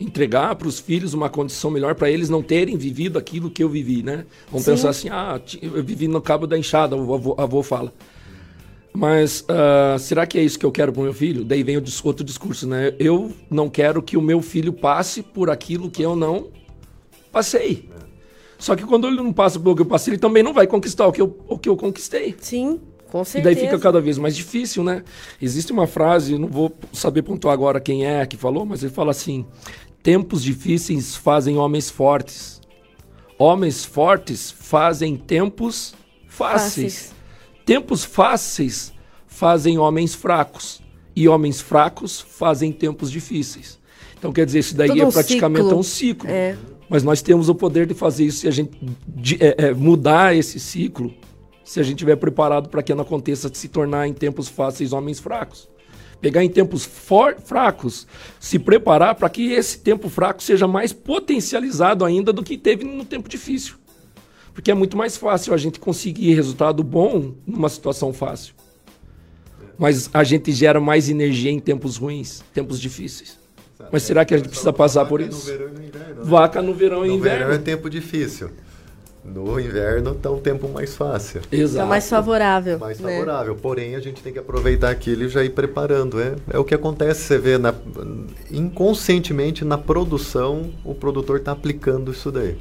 entregar para os filhos uma condição melhor para eles não terem vivido aquilo que eu vivi, né? Vamos pensar assim, eu vivi no cabo da enxada, o avô fala. Mas será que é isso que eu quero para o meu filho? Daí vem outro discurso, né? Eu não quero que o meu filho passe por aquilo que eu não passei. Só que quando ele não passa pelo que eu passei, ele também não vai conquistar o que eu conquistei. Sim, com certeza. E daí fica cada vez mais difícil, né? Existe uma frase, não vou saber pontuar agora quem é que falou, mas ele fala assim: tempos difíceis fazem homens fortes. Homens fortes fazem tempos fáceis. Tempos fáceis fazem homens fracos. E homens fracos fazem tempos difíceis. Então, quer dizer, isso daí é praticamente um ciclo. Mas nós temos o poder de fazer isso, se a gente mudar esse ciclo, se a gente estiver preparado para que não aconteça de se tornar em tempos fáceis homens fracos. Pegar em tempos fracos, se preparar para que esse tempo fraco seja mais potencializado ainda do que teve no tempo difícil. Porque é muito mais fácil a gente conseguir resultado bom numa situação fácil. Mas a gente gera mais energia em tempos ruins, tempos difíceis. Mas será que a gente precisa passar por isso? No verão e no inverno, né? Vaca no verão e inverno. No verão é tempo difícil. No inverno está um tempo mais fácil. Exato. Tá mais favorável. Mais favorável. Porém, a gente tem que aproveitar aquilo e já ir preparando. É o que acontece, você vê inconscientemente na produção, o produtor está aplicando isso daí.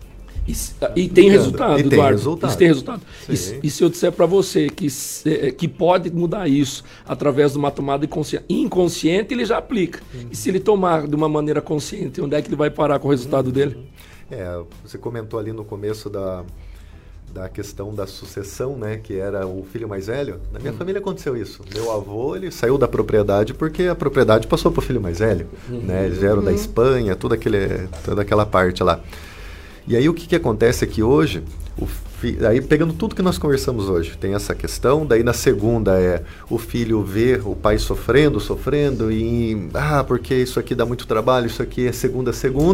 E tem resultado, e Eduardo. Resultado. Isso tem resultado. E se eu disser para você que pode mudar isso através de uma tomada inconsciente, ele já aplica. E se ele tomar de uma maneira consciente, onde é que ele vai parar com o resultado dele? Você comentou ali no começo da questão da sucessão, né, que era o filho mais velho. Na minha família aconteceu isso. Meu avô, ele saiu da propriedade porque a propriedade passou para o filho mais velho. Né? Eles vieram da Espanha, toda aquela parte lá. E aí o que acontece é que hoje, aí pegando tudo que nós conversamos hoje, tem essa questão, daí na segunda o filho ver o pai sofrendo, e porque isso aqui dá muito trabalho, isso aqui é segunda,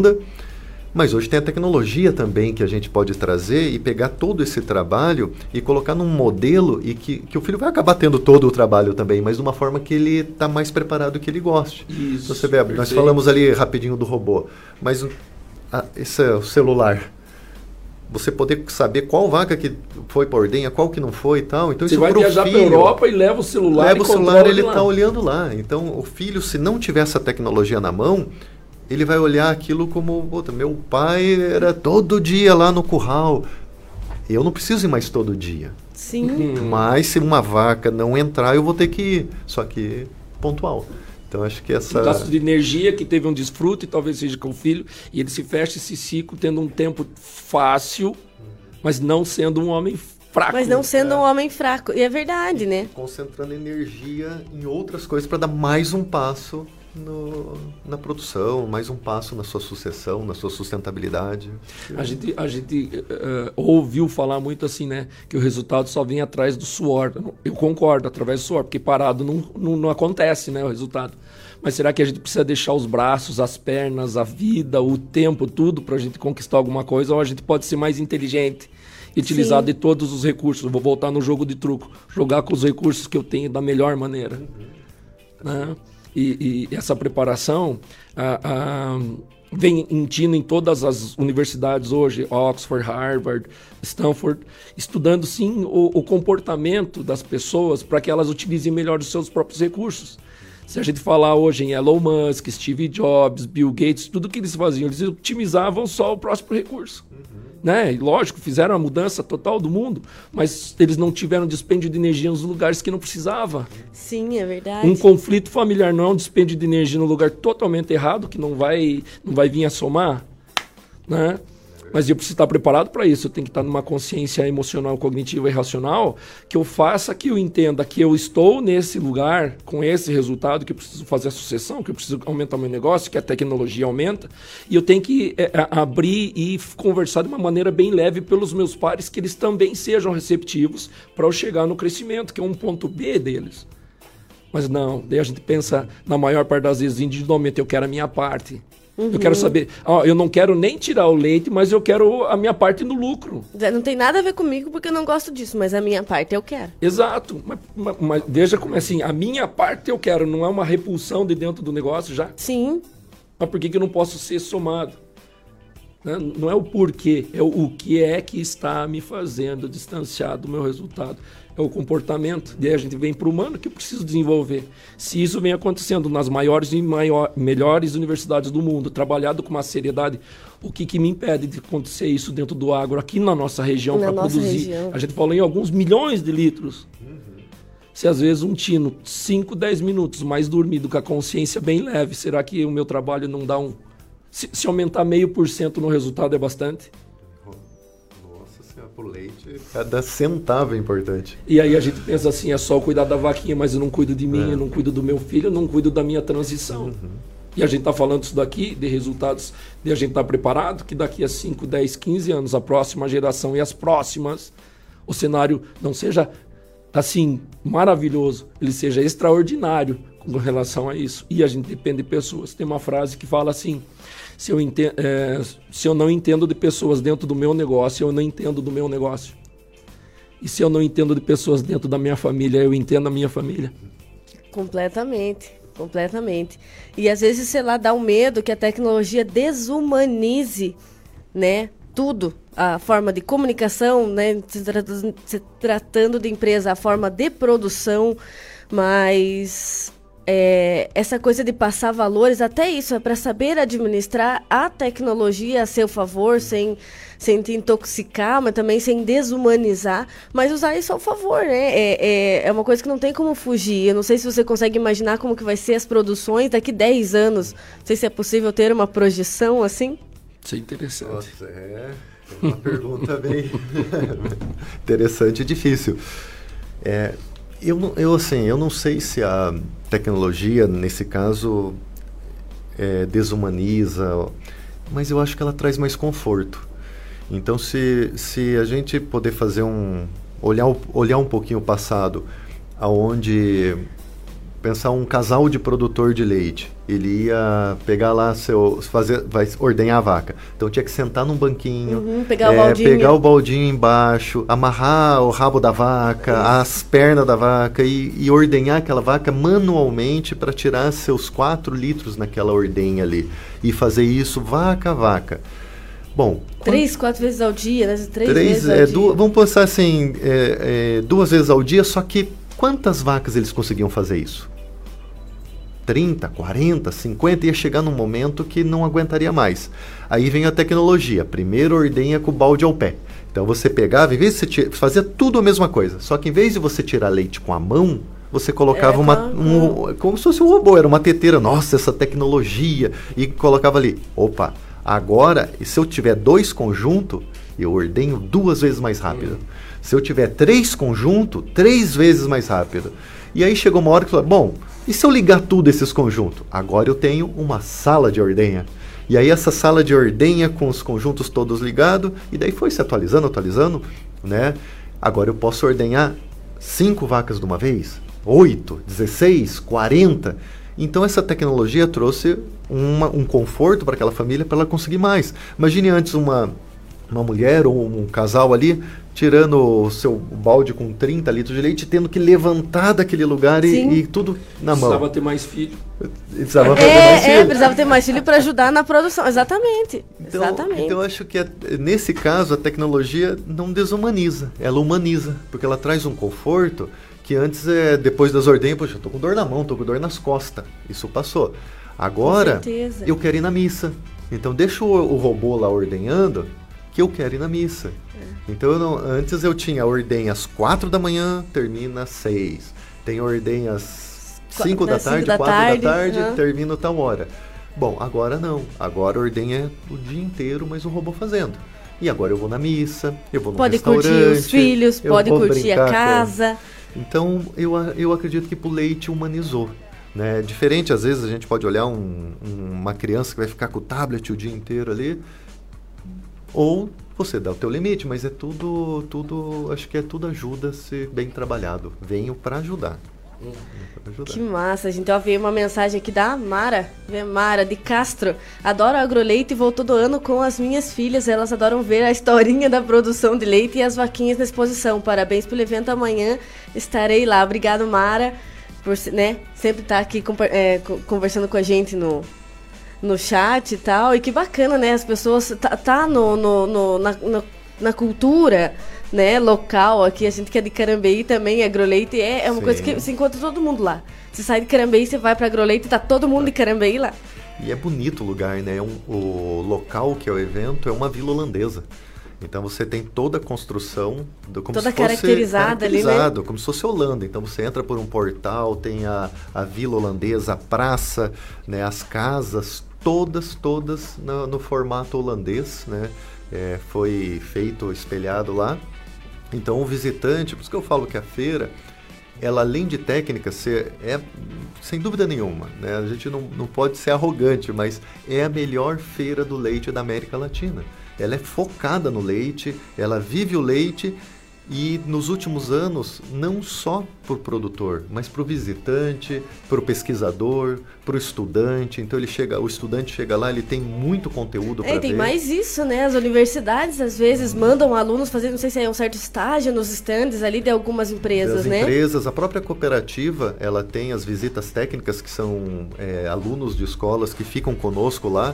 mas hoje tem a tecnologia também que a gente pode trazer e pegar todo esse trabalho e colocar num modelo e que o filho vai acabar tendo todo o trabalho também, mas de uma forma que ele está mais preparado que ele goste. Isso, você vê, nós falamos ali rapidinho do robô, mas esse é o celular. Você poder saber qual vaca que foi para ordenha, qual que não foi e tal. Então, você vai viajar para a Europa e leva o celular. Ele está olhando lá. Então, o filho, se não tiver essa tecnologia na mão, ele vai olhar aquilo como, meu pai era todo dia lá no curral. Eu não preciso ir mais todo dia. Sim. Mas se uma vaca não entrar, eu vou ter que ir. Só que pontual. Então, acho que essa... Um gasto de energia que teve um desfrute, talvez seja com o filho, e ele se fecha esse ciclo tendo um tempo fácil, mas não sendo um homem fraco. Mas não sendo um homem fraco. E é verdade, né? Concentrando energia em outras coisas para dar mais um passo na produção, mais um passo na sua sucessão, na sua sustentabilidade. A gente ouviu falar muito assim, né? Que o resultado só vem atrás do suor. Eu concordo, através do suor, porque parado não acontece, né? O resultado. Mas será que a gente precisa deixar os braços, as pernas, a vida, o tempo, tudo para a gente conquistar alguma coisa? Ou a gente pode ser mais inteligente e utilizar de todos os recursos? Eu vou voltar no jogo de truco. Jogar com os recursos que eu tenho da melhor maneira. Né? E essa preparação vem em todas as universidades hoje, Oxford, Harvard, Stanford, estudando sim o comportamento das pessoas para que elas utilizem melhor os seus próprios recursos. Se a gente falar hoje em Elon Musk, Steve Jobs, Bill Gates, tudo que eles faziam, eles otimizavam só o próximo recurso. Né? E lógico, fizeram a mudança total do mundo, mas eles não tiveram dispêndio de energia nos lugares que não precisava. Sim, é verdade. Um conflito familiar não é um dispêndio de energia no lugar totalmente errado, que não vai vir a somar, né? Mas eu preciso estar preparado para isso. Eu tenho que estar numa consciência emocional, cognitiva e racional que eu faça, que eu entenda que eu estou nesse lugar com esse resultado, que eu preciso fazer a sucessão, que eu preciso aumentar o meu negócio, que a tecnologia aumenta. E eu tenho que abrir e conversar de uma maneira bem leve pelos meus pares, que eles também sejam receptivos para eu chegar no crescimento, que é um ponto B deles. Mas não, daí a gente pensa, na maior parte das vezes, individualmente, eu quero a minha parte. Eu quero saber, eu não quero nem tirar o leite, mas eu quero a minha parte no lucro. Não tem nada a ver comigo porque eu não gosto disso, mas a minha parte eu quero. Exato, mas veja como é assim, a minha parte eu quero, não é uma repulsão de dentro do negócio já? Sim. Mas por que eu não posso ser somado? Né? Não é o porquê, é o que é que está me fazendo distanciar do meu resultado. É o comportamento. Daí a gente vem para o humano que eu preciso desenvolver. Se isso vem acontecendo nas maiores e melhores universidades do mundo, trabalhado com uma seriedade, o que me impede de acontecer isso dentro do agro, aqui na nossa região, para produzir? A gente falou em alguns milhões de litros. Se às vezes um tino, 5, 10 minutos mais dormido, com a consciência bem leve, será que o meu trabalho não dá um... Se aumentar 0,5% no resultado é bastante? Nossa senhora, pro leite, cada centavo é importante. E aí a gente pensa assim, é só cuidar da vaquinha, mas eu não cuido de mim, eu não cuido do meu filho, eu não cuido da minha transição. E a gente está falando isso daqui, de resultados, de a gente estar preparado, que daqui a 5, 10, 15 anos, a próxima geração e as próximas, o cenário não seja assim, maravilhoso, ele seja extraordinário com relação a isso. E a gente depende de pessoas. Tem uma frase que fala assim, se eu não entendo de pessoas dentro do meu negócio, eu não entendo do meu negócio. E se eu não entendo de pessoas dentro da minha família, eu entendo a minha família. Completamente. E às vezes, sei lá, dá um medo que a tecnologia desumanize, né, tudo. A forma de comunicação, né, se tratando de empresa, a forma de produção, mas essa coisa de passar valores, até isso, é para saber administrar a tecnologia a seu favor, sem te intoxicar, mas também sem desumanizar, mas usar isso ao favor, né? É uma coisa que não tem como fugir. Eu não sei se você consegue imaginar como que vai ser as produções daqui 10 anos. Não sei se é possível ter uma projeção assim. Isso é interessante. Nossa, é uma pergunta bem interessante e difícil. Eu não sei se a tecnologia, nesse caso, desumaniza, mas eu acho que ela traz mais conforto. Então, se a gente poder fazer olhar um pouquinho o passado, aonde pensar um casal de produtor de leite, ele ia pegar lá vai ordenhar a vaca. Então tinha que sentar num banquinho, pegar o baldinho embaixo, amarrar o rabo da vaca, as pernas da vaca e ordenhar aquela vaca manualmente para tirar seus 4 litros naquela ordenha ali. E fazer isso vaca a vaca. Bom, 3, 4 vezes ao dia, né? 3 vezes ao dia. Vamos pensar assim, 2 vezes ao dia, só que quantas vacas eles conseguiam fazer isso? 30, 40, 50, ia chegar num momento que não aguentaria mais. Aí vem a tecnologia, primeiro ordenha com o balde ao pé. Então você pegava, em vez de você fazia tudo a mesma coisa, só que em vez de você tirar leite com a mão, você colocava como se fosse um robô, era uma teteira. Nossa, essa tecnologia, e colocava ali, opa, agora, se eu tiver 2 conjuntos, eu ordenho 2 vezes mais rápido. Se eu tiver 3 conjuntos, 3 vezes mais rápido. E aí chegou uma hora que falou, bom, e se eu ligar tudo esses conjuntos? Agora eu tenho uma sala de ordenha. E aí essa sala de ordenha com os conjuntos todos ligados, e daí foi se atualizando, né? Agora eu posso ordenhar 5 vacas de uma vez, 8, 16, 40. Então essa tecnologia trouxe um conforto para aquela família, para ela conseguir mais. Imagine antes uma mulher ou um casal ali tirando o seu balde com 30 litros de leite, tendo que levantar daquele lugar e tudo na mão. Precisava ter mais filho. Precisava ter mais filho para ajudar na produção, exatamente. Então eu acho que nesse caso a tecnologia não desumaniza, ela humaniza, porque ela traz um conforto que antes, depois das ordenhas, poxa, eu tô com dor na mão, tô com dor nas costas, isso passou. Agora, eu quero ir na missa, então deixa o robô lá ordenhando, que eu quero ir na missa. Então, antes eu tinha ordenha às 4 da manhã, termina às 6. Tem ordenha às 5 da tarde, 4 da tarde, termina tal hora. Bom, agora não. Agora ordenha o dia inteiro, mas o robô fazendo. E agora eu vou na missa, eu vou no restaurante. Pode curtir os filhos, pode curtir a casa. Então, eu acredito que pro leite humanizou. Né? Diferente, às vezes, a gente pode olhar uma criança que vai ficar com o tablet o dia inteiro ali, ou você dá o teu limite, mas acho que tudo ajuda a ser bem trabalhado. Venho para ajudar. Que massa, gente. Ó, veio uma mensagem aqui da Mara de Castro. Adoro agroleite e vou todo ano com as minhas filhas. Elas adoram ver a historinha da produção de leite e as vaquinhas na exposição. Parabéns pelo evento, amanhã estarei lá. Obrigado, Mara, por sempre estar aqui conversando com a gente no chat e tal, e que bacana, né? As pessoas tá na cultura, né, local aqui, a gente que é de Carambeí também, Agroleite é uma coisa que se encontra todo mundo lá. Você sai de Carambeí, você vai para Agroleite, tá todo mundo de Carambeí lá. E é bonito o lugar, né? O local que é o evento é uma vila holandesa. Então você tem toda a construção como toda se fosse caracterizada ali, né? Como se fosse Holanda. Então você entra por um portal, tem a vila holandesa, a praça, né? As casas, todas no formato holandês, né? Foi feito, espelhado lá. Então o visitante, por isso que eu falo que a feira, ela além de técnica, sem dúvida nenhuma, né? A gente não pode ser arrogante, mas é a melhor feira do leite da América Latina. Ela é focada no leite, ela vive o leite e nos últimos anos, não só para o produtor, mas para o visitante, para o pesquisador, para o estudante. Então o estudante chega lá, ele tem muito conteúdo para ver. Tem mais isso, né? As universidades às vezes mandam alunos fazer, não sei se é um certo estágio nos estandes ali de algumas empresas, né? A própria cooperativa, ela tem as visitas técnicas, que são alunos de escolas que ficam conosco lá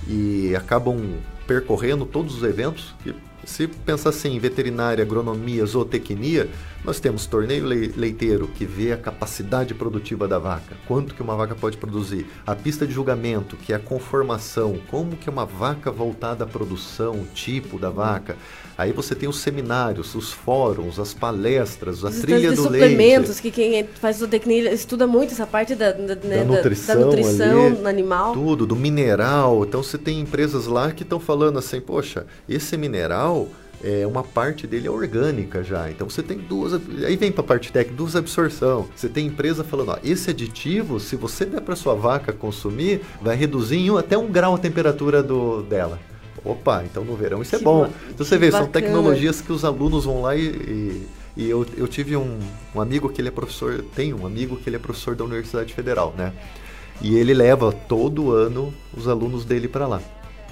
e acabam percorrendo todos os eventos. Se pensar assim, em veterinária, agronomia, zootecnia, nós temos torneio leiteiro, que vê a capacidade produtiva da vaca, quanto que uma vaca pode produzir. A pista de julgamento, que é a conformação, como que uma vaca voltada à produção, o tipo da vaca. Aí você tem os seminários, os fóruns, as palestras, a trilha do leite. Suplementos, que quem faz zootecnia estuda muito essa parte da nutrição ali, no animal. Tudo, do mineral. Então você tem empresas lá que estão falando assim, poxa, esse mineral, uma parte dele é orgânica já. Então você tem aí vem para a parte técnica, duas absorção. Você tem empresa falando, esse aditivo, se você der para sua vaca consumir, vai reduzir até 1 grau a temperatura dela. Opa, então no verão isso é bom. Então você vê, são tecnologias que os alunos vão lá e eu tive um amigo que ele é professor, tenho um amigo que ele é professor da Universidade Federal, né? E ele leva todo ano os alunos dele para lá.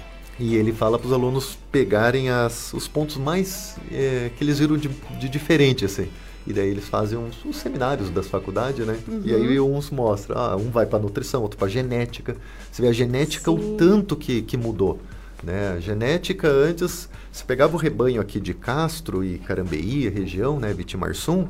E ele fala para os alunos pegarem os pontos mais que eles viram de diferente, assim. E daí eles fazem os seminários das faculdades, né? Uhum. E aí uns mostram, um vai para nutrição, outro para genética. Você vê a genética, o tanto que mudou. Né? A genética antes, você pegava o rebanho aqui de Castro e Carambeí, região, né, Vitimarsum,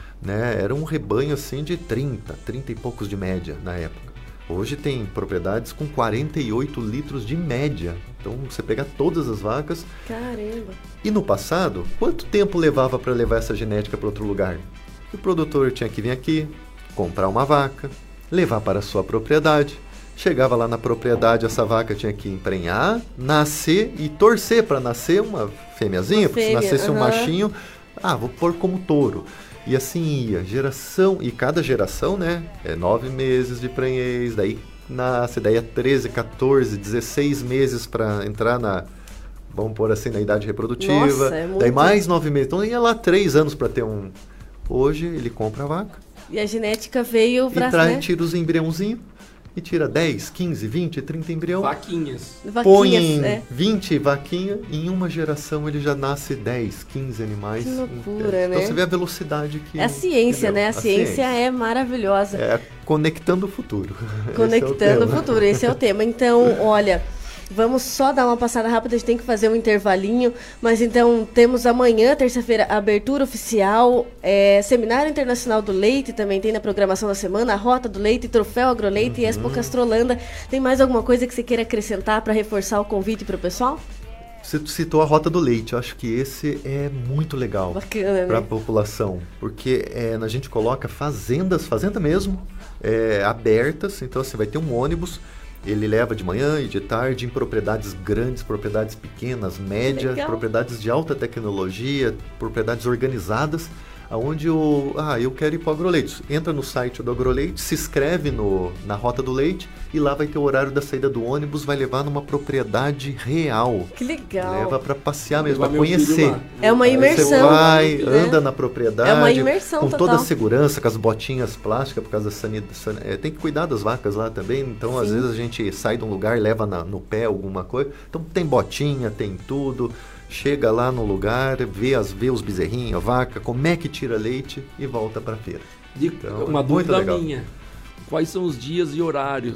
né, era um rebanho assim de 30 e poucos de média na época. Hoje tem propriedades com 48 litros de média. Então você pega todas as vacas. Caramba! E no passado, quanto tempo levava para levar essa genética para outro lugar? O produtor tinha que vir aqui, comprar uma vaca, levar para a sua propriedade. Chegava lá na propriedade, essa vaca tinha que emprenhar, nascer e torcer para nascer uma fêmeazinha, porque se nascesse um machinho, vou pôr como touro. E assim ia, geração, e cada geração, né, 9 meses de prenhez, daí nasce, daí 13, 14, 16 meses para entrar vamos pôr assim, na idade reprodutiva. Nossa, é muito... Daí mais 9 meses, então ia lá 3 anos para ter um... Hoje ele compra a vaca. E a genética veio para... E tira os embriãozinhos. E tira 10, 15, 20, 30 embrião. Vaquinhas. Põe 20 vaquinhas e em uma geração ele já nasce 10, 15 animais. Que loucura, né? Então você vê a velocidade que... É a ciência, né? A ciência é maravilhosa. Conectando o futuro. Conectando o futuro, esse é o tema. Então, olha... Vamos só dar uma passada rápida, a gente tem que fazer um intervalinho, mas então temos amanhã, terça-feira, a abertura oficial, Seminário Internacional do Leite, também tem na programação da semana, a Rota do Leite, Troféu Agroleite e Expo Castrolanda. Tem mais alguma coisa que você queira acrescentar para reforçar o convite para o pessoal? Você citou a Rota do Leite, eu acho que esse é muito legal para a população, porque a gente coloca fazenda mesmo, abertas, então você vai ter um ônibus. Ele leva de manhã e de tarde em propriedades grandes, propriedades pequenas, médias, propriedades de alta tecnologia, propriedades organizadas, aonde eu quero ir para o Agroleite. Entra no site do Agroleite, se inscreve na Rota do Leite e lá vai ter o horário da saída do ônibus, vai levar numa propriedade real. Que legal! Leva para passear mesmo, para conhecer. É uma imersão. Você vai, anda na propriedade. É uma imersão com total. toda a segurança, com as botinhas plásticas, por causa da sanidade. Tem que cuidar das vacas lá também, então às vezes a gente sai de um lugar, leva no pé alguma coisa. Então tem botinha, tem tudo. Chega lá no lugar, vê os bezerrinhos, a vaca, como é que tira leite e volta para a feira. Então, uma dúvida minha, quais são os dias e horários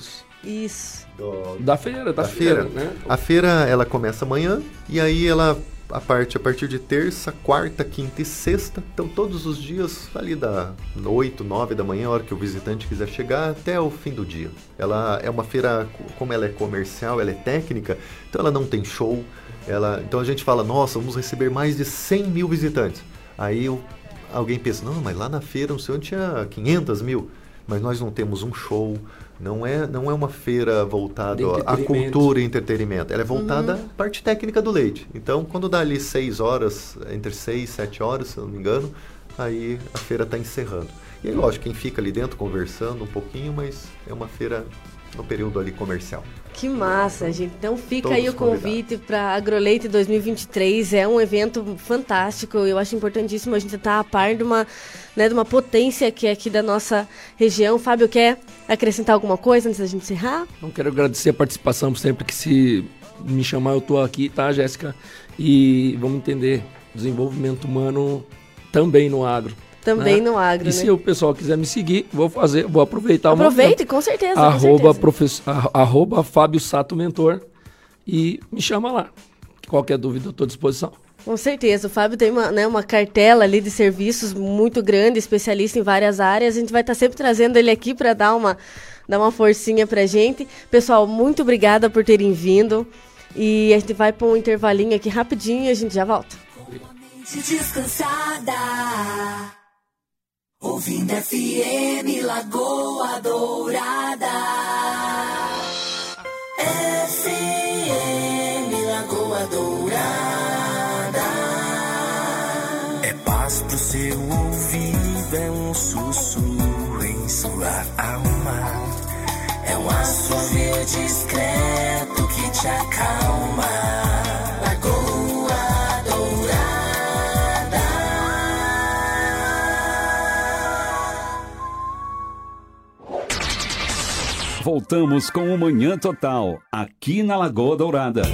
Isso. Da feira, né? A feira, ela começa amanhã e aí ela a partir de terça, quarta, quinta e sexta, então todos os dias ali da 8, 9 da manhã, a hora que o visitante quiser chegar, até o fim do dia. Ela é uma feira, como ela é comercial, ela é técnica, então ela não tem show, então a gente fala, nossa, vamos receber mais de 100 mil visitantes. Aí alguém pensa, não, mas lá na feira, não sei onde, tinha 500 mil, mas nós não temos um show. Não é uma feira voltada à cultura e entretenimento. Ela é voltada à parte técnica do leite. Então, quando dá ali 6 horas, entre 6 e 7 horas, se eu não me engano, aí a feira está encerrando. E aí, lógico, quem fica ali dentro conversando um pouquinho, mas é uma feira no período ali comercial. Que massa, gente. Então fica todos aí o convite para Agroleite 2023. É um evento fantástico. Eu acho importantíssimo a gente estar a par de uma potência que é aqui da nossa região. Fábio, quer acrescentar alguma coisa antes da gente encerrar? Não, quero agradecer a participação, sempre que se me chamar eu estou aqui, tá, Jéssica? E vamos entender, desenvolvimento humano também no agro. Também no agro, e se o pessoal quiser me seguir, vou aproveitar o momento. Aproveite, com certeza. @ Fábio Sato Mentor e me chama lá. Qualquer dúvida eu estou à disposição. Com certeza, o Fábio tem uma cartela ali de serviços muito grande, especialista em várias áreas. A gente vai estar sempre trazendo ele aqui para dar uma forcinha pra gente. Pessoal, muito obrigada por terem vindo. E a gente vai para um intervalinho aqui rapidinho e a gente já volta. Descansada, ouvindo FM Lagoa Dourada. FM Lagoa Dourada. É paz pro seu ouvido, é um sussurro em sua alma. É um assovio discreto que te acalma. Lagoa Dourada. Voltamos com o Manhã Total, aqui na Lagoa Dourada.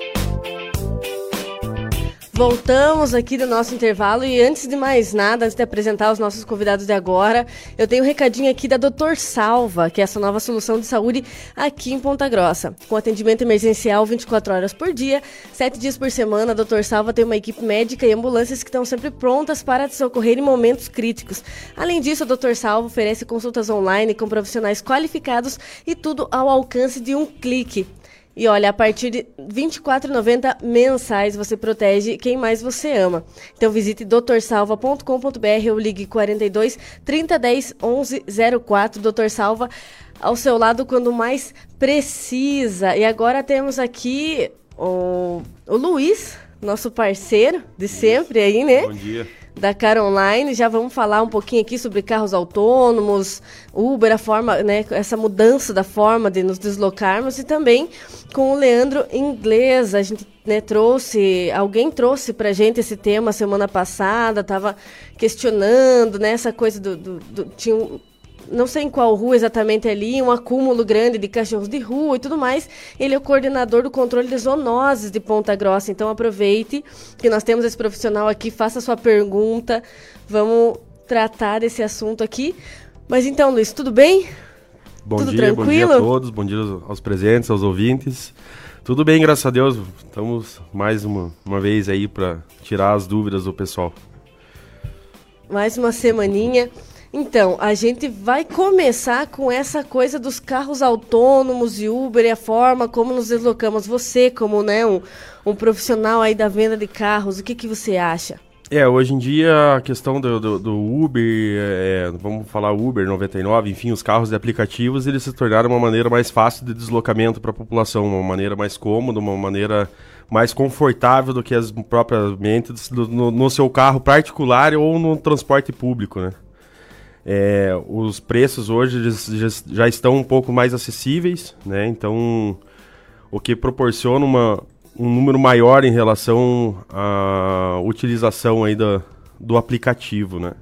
Voltamos aqui do nosso intervalo e antes de mais nada, antes de apresentar os nossos convidados de agora, eu tenho um recadinho aqui da Dr. Salva, que é essa nova solução de saúde aqui em Ponta Grossa. Com atendimento emergencial 24 horas por dia, 7 dias por semana, a Dr. Salva tem uma equipe médica e ambulâncias que estão sempre prontas para te socorrer em momentos críticos. Além disso, a Dr. Salva oferece consultas online com profissionais qualificados e tudo ao alcance de um clique. E olha, a partir de R$ 24,90 mensais você protege quem mais você ama. Então visite drsalva.com.br ou ligue 42 3010 1104. Dr. Salva ao seu lado quando mais precisa. E agora temos aqui o Luiz, nosso parceiro de sempre aí, né? Bom dia. Da Caronline, já vamos falar um pouquinho aqui sobre carros autônomos, Uber, a forma, né, essa mudança da forma de nos deslocarmos, e também com o Leandro Inglês. A gente, né, alguém trouxe pra gente esse tema semana passada, tava questionando, né, essa coisa tinha não sei em qual rua exatamente ali, um acúmulo grande de cachorros de rua e tudo mais. Ele é o coordenador do controle de zoonoses de Ponta Grossa. Então aproveite que nós temos esse profissional aqui, faça a sua pergunta, vamos tratar desse assunto aqui. Mas então, Luiz, tudo bem? Bom dia a todos, bom dia aos presentes, aos ouvintes. Tudo bem, graças a Deus. Estamos mais uma vez aí para tirar as dúvidas do pessoal. Mais uma semaninha. Então, a gente vai começar com essa coisa dos carros autônomos e Uber e a forma como nos deslocamos. Você, como, né, um profissional aí da venda de carros, o que você acha? Hoje em dia a questão do Uber, vamos falar Uber 99, enfim, os carros de aplicativos, eles se tornaram uma maneira mais fácil de deslocamento para a população, uma maneira mais cômoda, uma maneira mais confortável do que as propriamente no seu carro particular ou no transporte público, né? Os preços hoje já estão um pouco mais acessíveis, né? Então, o que proporciona um número maior em relação à utilização aí do aplicativo, né?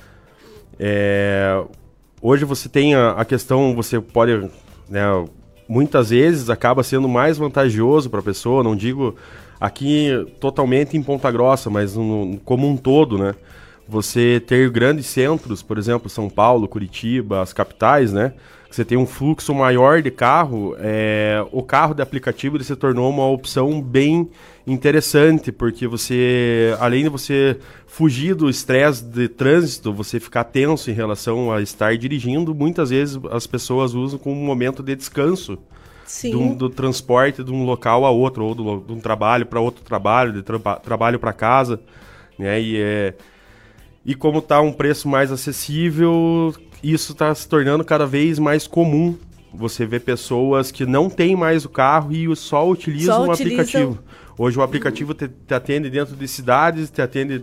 Hoje você tem a questão, você pode, né, muitas vezes acaba sendo mais vantajoso para a pessoa, não digo aqui totalmente em Ponta Grossa, mas como um todo, né? Você ter grandes centros, por exemplo, São Paulo, Curitiba, as capitais, né? que você tem um fluxo maior de carro, o carro de aplicativo ele se tornou uma opção bem interessante, porque você, além de você fugir do estresse de trânsito, você ficar tenso em relação a estar dirigindo, muitas vezes as pessoas usam como um momento de descanso do transporte de um local a outro, ou de um trabalho para outro trabalho, de trabalho para casa, né? E como está um preço mais acessível, isso está se tornando cada vez mais comum. Você vê pessoas que não têm mais o carro e só utilizam o aplicativo. Hoje o aplicativo te atende dentro de cidades, te atende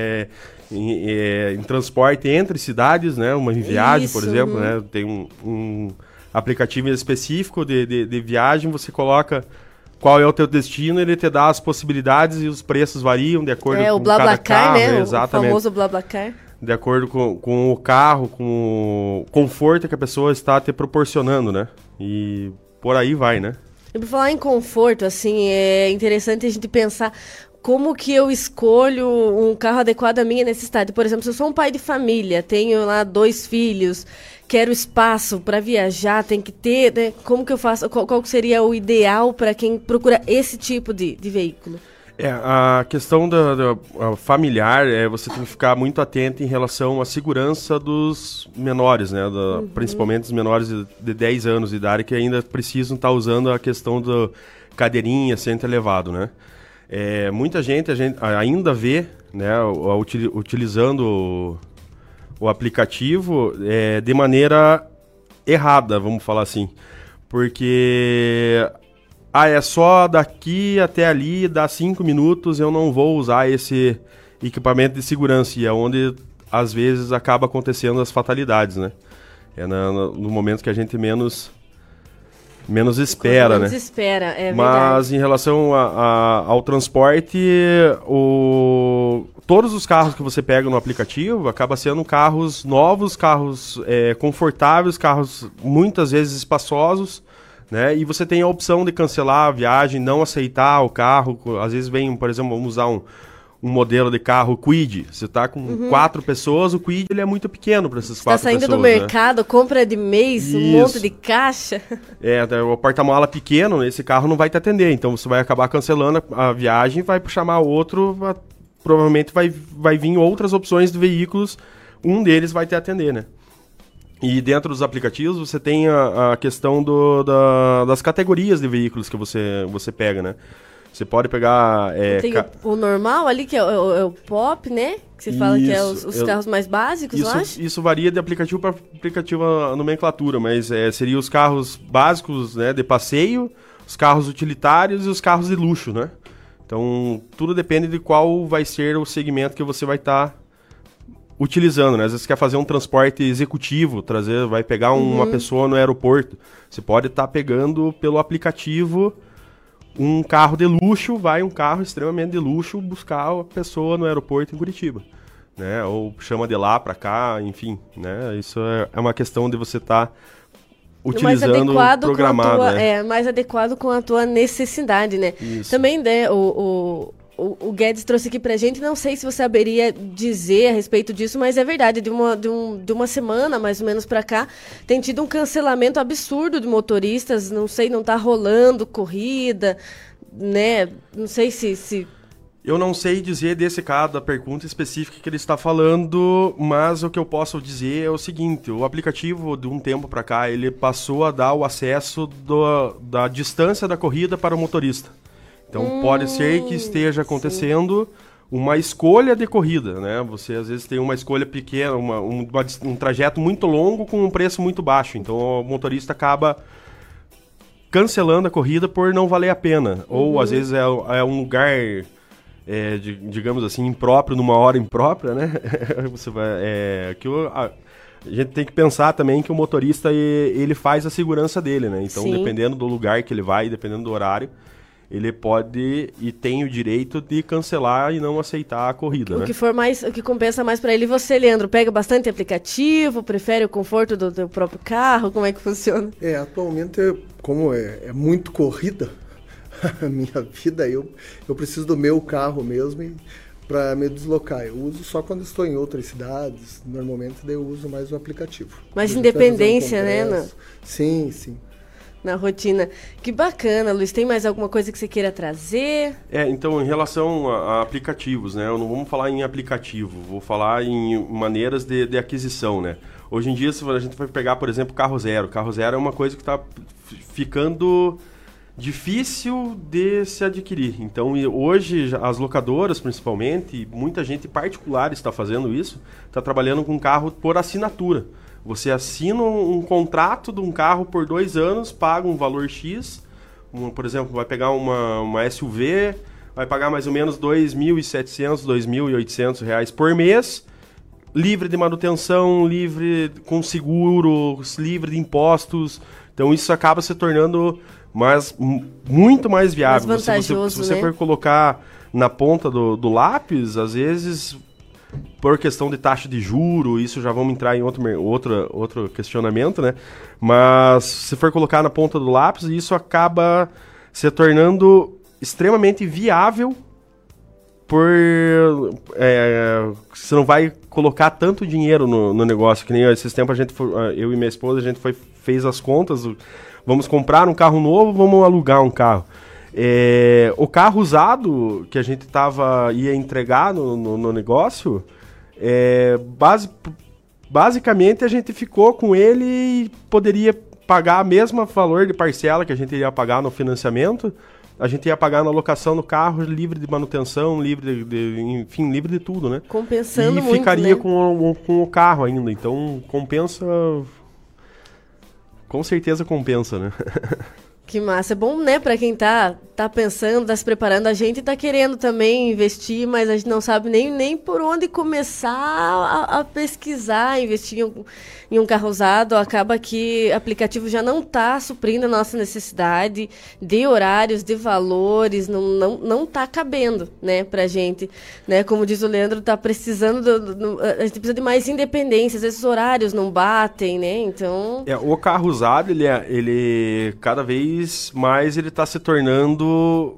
em transporte entre cidades, né? Uma viagem, por exemplo, né? Tem um aplicativo específico de viagem, você coloca qual é o teu destino, ele te dá as possibilidades e os preços variam de acordo com cada carro. Né? Exatamente. O famoso BlaBlaCar. De acordo com o carro, com o conforto que a pessoa está te proporcionando, né? E por aí vai, né? E por falar em conforto, assim, é interessante a gente pensar como que eu escolho um carro adequado à minha necessidade. Por exemplo, se eu sou um pai de família, tenho lá 2 filhos, quero espaço para viajar, tem que ter, né? Como que eu faço? Qual seria o ideal para quem procura esse tipo de veículo? A questão da familiar, você tem que ficar muito atento em relação à segurança dos menores, né? Principalmente os menores de 10 anos de idade, que ainda precisam estar usando a questão da cadeirinha, assento elevado, né? Muita gente ainda vê, né, utilizando o aplicativo de maneira errada, vamos falar assim. Porque... é só daqui até ali, dá 5 minutos, eu não vou usar esse equipamento de segurança. E é onde, às vezes, acaba acontecendo as fatalidades, né? No momento que a gente menos espera, né? Menos espera, é verdade. Mas em relação ao transporte, todos os carros que você pega no aplicativo acabam sendo carros novos, carros confortáveis, carros muitas vezes espaçosos, né? E você tem a opção de cancelar a viagem, não aceitar o carro. Às vezes vem, por exemplo, vamos usar um modelo de carro Kwid. Você está com 4 pessoas, o Kwid ele é muito pequeno para essas 4 pessoas. Está saindo do mercado, né? Compra de mês, um monte de caixa. O porta-mala pequeno, esse carro não vai te atender. Então você vai acabar cancelando a viagem, vai chamar outro, provavelmente vai vir outras opções de veículos, um deles vai te atender, né? E dentro dos aplicativos você tem a questão das categorias de veículos que você pega, né? Você pode pegar... Tem o normal ali, que é o pop, né? Que você fala que é os carros mais básicos, eu acho? Isso varia de aplicativo para aplicativo a nomenclatura, mas seriam os carros básicos, né, de passeio, os carros utilitários e os carros de luxo, né? Então, tudo depende de qual vai ser o segmento que você vai estar utilizando, né? Às vezes você quer fazer um transporte executivo, vai pegar uma pessoa no aeroporto. Você pode estar pegando pelo aplicativo um carro de luxo, um carro extremamente de luxo buscar a pessoa no aeroporto em Curitiba, né? Ou chama de lá para cá, enfim, né? Isso é uma questão de você estar utilizando programado, né? Mais adequado com a tua necessidade, né? Isso. Também, né, o Guedes trouxe aqui pra gente, não sei se você saberia dizer a respeito disso, mas é verdade, de uma semana, mais ou menos, pra cá, tem tido um cancelamento absurdo de motoristas, não sei, não tá rolando corrida, né, não sei se... Eu não sei dizer desse caso, da pergunta específica que ele está falando, mas o que eu posso dizer é o seguinte, o aplicativo, de um tempo pra cá, ele passou a dar o acesso da distância da corrida para o motorista. Então pode ser que esteja acontecendo uma escolha de corrida, né? Você às vezes tem uma escolha pequena, um trajeto muito longo com um preço muito baixo. Então o motorista acaba cancelando a corrida por não valer a pena. Ou às vezes é um lugar, digamos assim, impróprio, numa hora imprópria, né? Você vai, a gente tem que pensar também que o motorista ele faz a segurança dele, né? Então dependendo do lugar que ele vai, dependendo do horário, ele pode e tem o direito de cancelar e não aceitar a corrida, né? O que compensa mais para ele. E você, Leandro, pega bastante aplicativo, prefere o conforto do teu próprio carro? Como é que funciona? Atualmente, como é muito corrida a minha vida, eu preciso do meu carro mesmo, para me deslocar. Eu uso só quando estou em outras cidades, normalmente daí eu uso mais o aplicativo. Mais independência, né? Sim, sim. Na rotina. Que bacana, Luiz. Tem mais alguma coisa que você queira trazer? Então, em relação a aplicativos, né? Eu não vamos falar em aplicativo, vou falar em maneiras de aquisição, né? Hoje em dia, se a gente vai pegar, por exemplo, carro zero. Carro zero é uma coisa que está ficando difícil de se adquirir. Então, hoje, as locadoras, principalmente, muita gente particular está fazendo isso, está trabalhando com carro por assinatura. Você assina um contrato de um carro por 2 anos, paga um valor X, por exemplo, vai pegar uma SUV, vai pagar mais ou menos R$ 2.700, R$ 2.800 por mês, livre de manutenção, livre com seguro, livre de impostos. Então isso acaba se tornando muito mais viável. Mais vantajoso, se você for colocar na ponta do lápis, às vezes, por questão de taxa de juro, isso já vamos entrar em outro questionamento, né? Mas se for colocar na ponta do lápis, isso acaba se tornando extremamente viável, você não vai colocar tanto dinheiro no negócio, que nem esses tempos eu e minha esposa, a gente fez as contas, vamos comprar um carro novo, vamos alugar um carro. O carro usado que a gente ia entregar no negócio, basicamente a gente ficou com ele e poderia pagar o mesmo valor de parcela que a gente ia pagar no financiamento, a gente ia pagar na locação do carro, livre de manutenção, livre de tudo, né? Compensando muito, e ficaria, né? com o carro ainda, então compensa, com certeza compensa, né? Que massa. É bom, né, pra quem tá pensando, tá se preparando. A gente tá querendo também investir, mas a gente não sabe nem por onde começar a pesquisar, investir em um carro usado. Acaba que o aplicativo já não tá suprindo a nossa necessidade de horários, de valores, não tá cabendo, né, pra gente. Né? Como diz o Leandro, tá precisando, a gente precisa de mais independência. Às vezes os horários não batem, né, então... O carro usado, ele cada vez mais ele está se tornando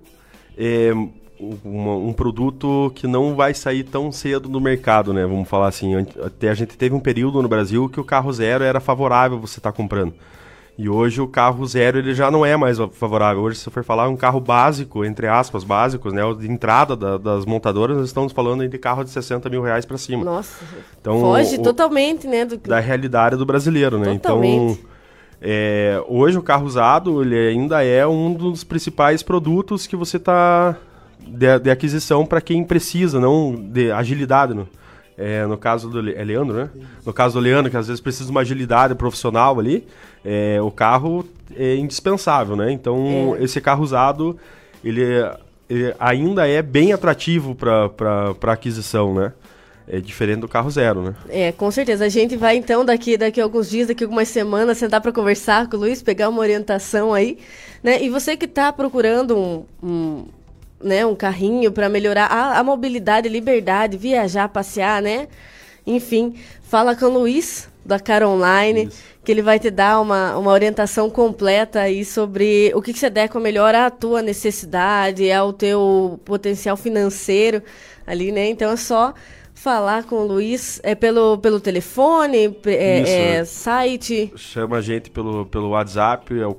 um produto que não vai sair tão cedo no mercado, né? Vamos falar assim. Até a gente teve um período no Brasil que o carro zero era favorável você estar comprando. E hoje o carro zero ele já não é mais favorável. Hoje, se for falar um carro básico, entre aspas, básicos, né? De entrada das montadoras, nós estamos falando de carro de R$60 mil para cima. Nossa, então, foge totalmente, né? Da realidade do brasileiro, né? Totalmente. Então... hoje o carro usado ele ainda é um dos principais produtos que você está de aquisição para quem precisa, não de agilidade. No caso do Leandro, né? No caso do Leandro, que às vezes precisa de uma agilidade profissional ali, o carro é indispensável, né? Então esse carro usado ele ainda é bem atrativo para aquisição, né? É diferente do carro zero, né? Com certeza. A gente vai, então, daqui a alguns dias, daqui a algumas semanas, sentar para conversar com o Luiz, pegar uma orientação aí, né? E você que está procurando um carrinho para melhorar a mobilidade, liberdade, viajar, passear, né? Enfim, fala com o Luiz, da Car Online, que ele vai te dar uma orientação completa aí sobre o que se adequa melhor à tua necessidade, ao teu potencial financeiro ali, né? Então é só... falar com o Luiz pelo telefone, site? Chama a gente pelo WhatsApp, é o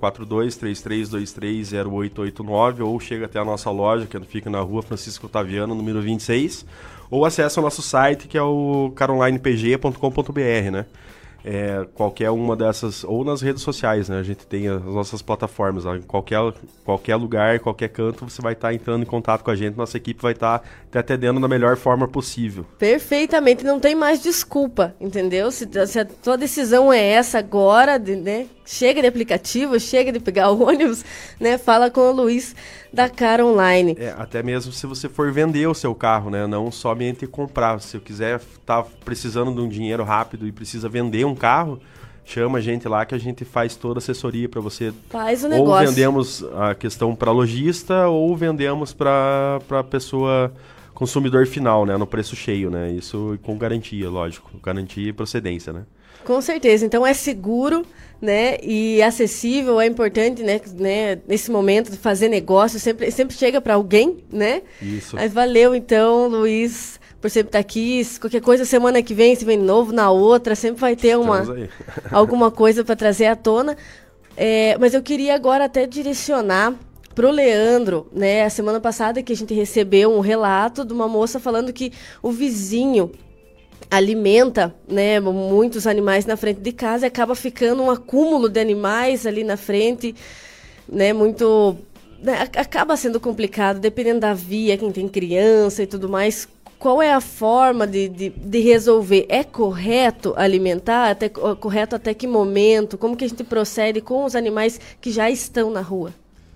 4233230889, ou chega até a nossa loja, que fica na rua Francisco Otaviano, número 26, ou acessa o nosso site, que é o caronlinepg.com.br, né? Qualquer uma dessas, ou nas redes sociais, né? A gente tem as nossas plataformas, em qualquer lugar, qualquer canto, você vai estar entrando em contato com a gente, nossa equipe vai estar te atendendo da melhor forma possível. Perfeitamente, não tem mais desculpa, entendeu? Se a tua decisão é essa agora, né? Chega de aplicativo, chega de pegar o ônibus, né? Fala com o Luiz da Car Online. Até mesmo se você for vender o seu carro, né? Não somente comprar. Se eu quiser estar precisando de um dinheiro rápido e precisa vender um carro, chama a gente lá que a gente faz toda a assessoria para você. Faz o negócio. Ou vendemos a questão para lojista ou vendemos para pessoa consumidor final, né? No preço cheio, né? Isso com garantia, lógico. Garantia e procedência, né? Com certeza. Então é seguro, né, e acessível, é importante, né, nesse momento de fazer negócio, sempre chega para alguém, né? Isso. Mas valeu, então, Luiz, por sempre estar aqui. Qualquer coisa, semana que vem, se vem de novo, na outra, sempre vai ter alguma coisa para trazer à tona. Mas eu queria agora até direcionar para o Leandro, né? A semana passada que a gente recebeu um relato de uma moça falando que o vizinho alimenta, né, muitos animais na frente de casa e acaba ficando um acúmulo de animais ali na frente, né, muito... Né, acaba sendo complicado, dependendo da via, quem tem criança e tudo mais. Qual é a forma de resolver? É correto alimentar? Correto até que momento? Como que a gente procede com os animais que já estão na rua?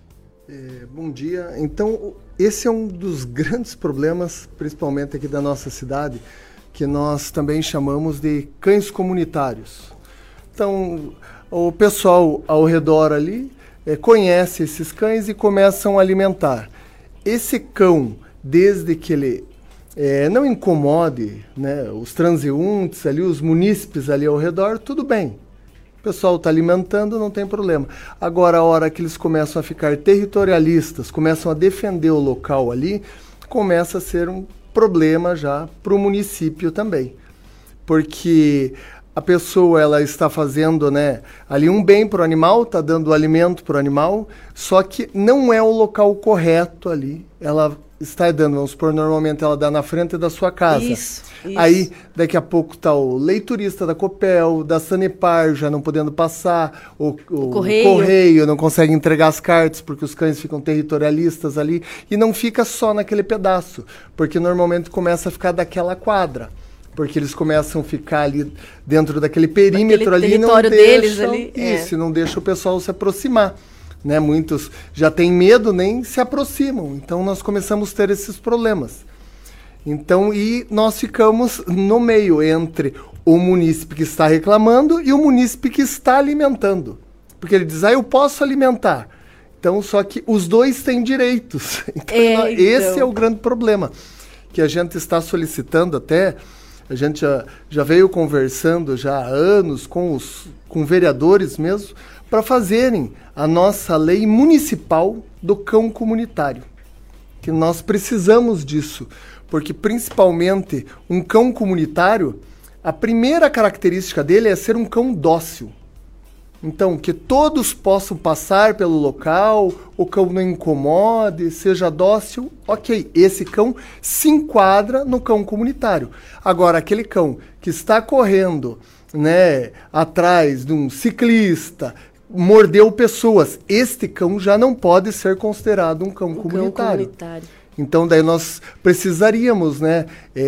Bom dia. Então, esse é um dos grandes problemas, principalmente aqui da nossa cidade, que nós também chamamos de cães comunitários. Então, o pessoal ao redor ali conhece esses cães e começam a alimentar. Esse cão, desde que ele não incomode, né, os transeuntes ali, os munícipes ali ao redor, tudo bem. O pessoal está alimentando, não tem problema. Agora, a hora que eles começam a ficar territorialistas, começam a defender o local ali, começa a ser um problema já para o município também, porque a pessoa ela está fazendo, né, ali um bem para o animal, está dando alimento para o animal, só que não é o local correto ali. Ela está dando, vamos supor, normalmente ela dá na frente da sua casa. Isso. Aí, daqui a pouco está o leiturista da Copel, da Sanepar já não podendo passar, o correio não consegue entregar as cartas porque os cães ficam territorialistas ali, e não fica só naquele pedaço, porque normalmente começa a ficar daquela quadra, porque eles começam a ficar ali dentro daquele perímetro ali e não deixam, isso, não deixa o pessoal se aproximar. Né? Muitos já têm medo, nem se aproximam. Então nós começamos a ter esses problemas. Então, e nós ficamos no meio entre o munícipe que está reclamando e o munícipe que está alimentando. Porque ele diz, eu posso alimentar. Então, só que os dois têm direitos. Então, esse é o grande problema que a gente está solicitando até. A gente já veio conversando já há anos com vereadores mesmo, para fazerem a nossa lei municipal do cão comunitário. Que nós precisamos disso, porque principalmente um cão comunitário, a primeira característica dele é ser um cão dócil. Então, que todos possam passar pelo local, o cão não incomode, seja dócil, ok, esse cão se enquadra no cão comunitário. Agora, aquele cão que está correndo, né, atrás de um ciclista, mordeu pessoas, este cão já não pode ser considerado um cão comunitário. Então, daí nós precisaríamos, né,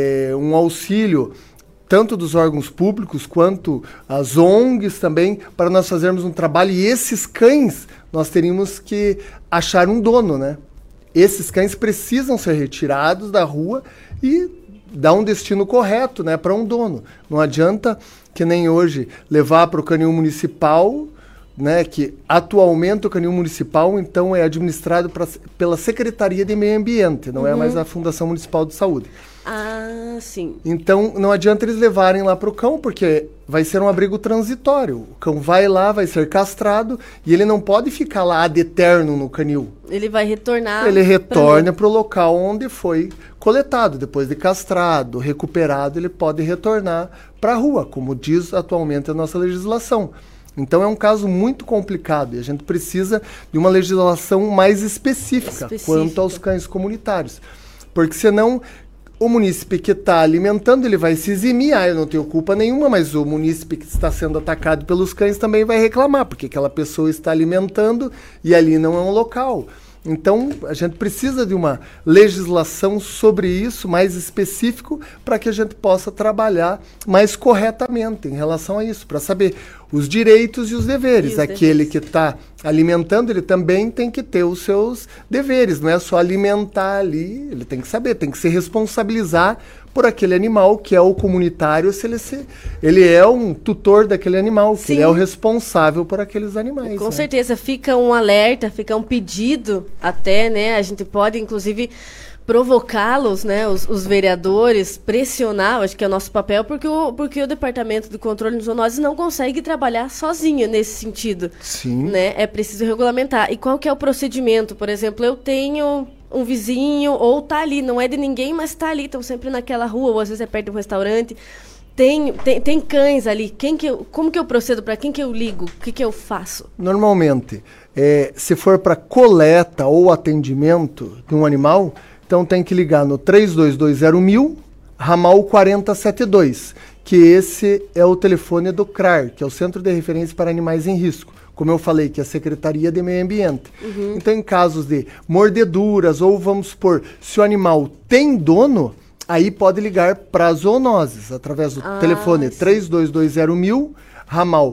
um auxílio tanto dos órgãos públicos quanto as ONGs também, para nós fazermos um trabalho. E esses cães, nós teríamos que achar um dono, né? Esses cães precisam ser retirados da rua e dar um destino correto, né, para um dono. Não adianta que nem hoje levar para o canil municipal, né, que atualmente o canil municipal então é administrado pela Secretaria de Meio Ambiente, não é mais a Fundação Municipal de Saúde. Ah, sim. Então não adianta eles levarem lá para o cão, porque vai ser um abrigo transitório. O cão vai lá, vai ser castrado e ele não pode ficar lá ad eterno no canil. Ele vai retornar. Ele retorna para o local onde foi coletado. Depois de castrado, recuperado, ele pode retornar para a rua, como diz atualmente a nossa legislação. Então é um caso muito complicado e a gente precisa de uma legislação mais específica quanto aos cães comunitários. Porque senão o munícipe que está alimentando, ele vai se eximir, eu não tenho culpa nenhuma, mas o munícipe que está sendo atacado pelos cães também vai reclamar, porque aquela pessoa está alimentando e ali não é um local. Então, a gente precisa de uma legislação sobre isso, mais específico, para que a gente possa trabalhar mais corretamente em relação a isso, para saber os direitos e os deveres. Aquele que está alimentando, ele também tem que ter os seus deveres, não é só alimentar ali, ele tem que saber, tem que se responsabilizar por aquele animal que é o comunitário, se ele é um tutor daquele animal, que ele é o responsável por aqueles animais. Com certeza, fica um alerta, fica um pedido até, né? A gente pode, inclusive, provocá-los, né, os vereadores, pressionar, acho que é o nosso papel, porque o Departamento de Controle de Zoonoses não consegue trabalhar sozinho nesse sentido. Sim. Né? É preciso regulamentar. E qual que é o procedimento? Por exemplo, eu tenho um vizinho, ou tá ali, não é de ninguém, mas tá ali, estão sempre naquela rua, ou às vezes é perto de um restaurante. Tem cães ali. Como que eu procedo? Para quem que eu ligo? O que eu faço? Normalmente, se for para coleta ou atendimento de um animal, então tem que ligar no 3220.000, ramal 4072, que esse é o telefone do CRAR, que é o Centro de Referência para Animais em Risco. Como eu falei, que é a Secretaria de Meio Ambiente. Uhum. Então, em casos de mordeduras, ou vamos supor, se o animal tem dono, aí pode ligar para as zoonoses, através do telefone 3220.000, ramal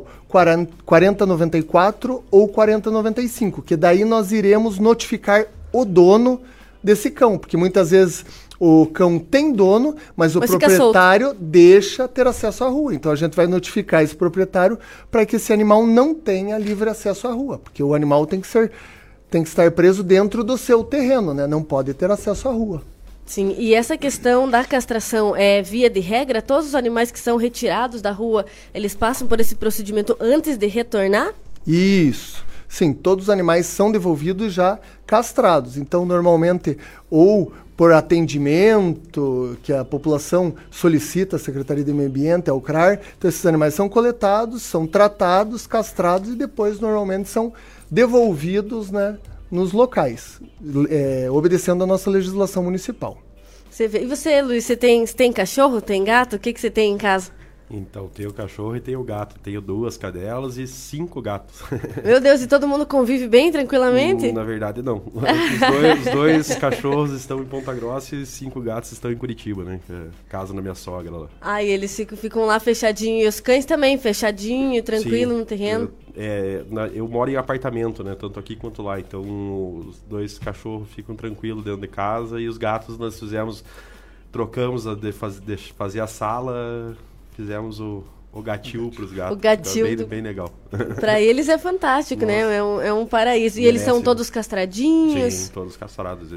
4094 ou 4095, que daí nós iremos notificar o dono desse cão, porque muitas vezes o cão tem dono, mas o proprietário deixa ter acesso à rua. Então a gente vai notificar esse proprietário para que esse animal não tenha livre acesso à rua, porque o animal tem que estar preso dentro do seu terreno, né? Não pode ter acesso à rua. Sim, e essa questão da castração é via de regra? Todos os animais que são retirados da rua, eles passam por esse procedimento antes de retornar? Isso. Sim, todos os animais são devolvidos já castrados. Então, normalmente, ou por atendimento, que a população solicita, a Secretaria de Meio Ambiente, ao CRAR, então esses animais são coletados, são tratados, castrados e depois, normalmente, são devolvidos, né, nos locais, obedecendo a nossa legislação municipal. E você, Luiz, você tem cachorro, tem gato? O que você tem em casa? Então, tenho cachorro e tenho gato. Tenho 2 cadelas e 5 gatos. Meu Deus, e todo mundo convive bem, tranquilamente? Na verdade, não. Os dois cachorros estão em Ponta Grossa e 5 gatos estão em Curitiba, né? Casa na minha sogra lá. Ah, e eles ficam lá fechadinhos. E os cães também, fechadinho, tranquilo. Sim, no terreno? Eu moro em apartamento, né? Tanto aqui quanto lá. Então, os 2 cachorros ficam tranquilos dentro de casa e os gatos nós trocamos de fazer a sala... Fizemos o gatil para os gatos. O gatil. Bem legal. Para eles é fantástico, né? É um paraíso. E eles são todos castradinhos? Sim, todos castrados.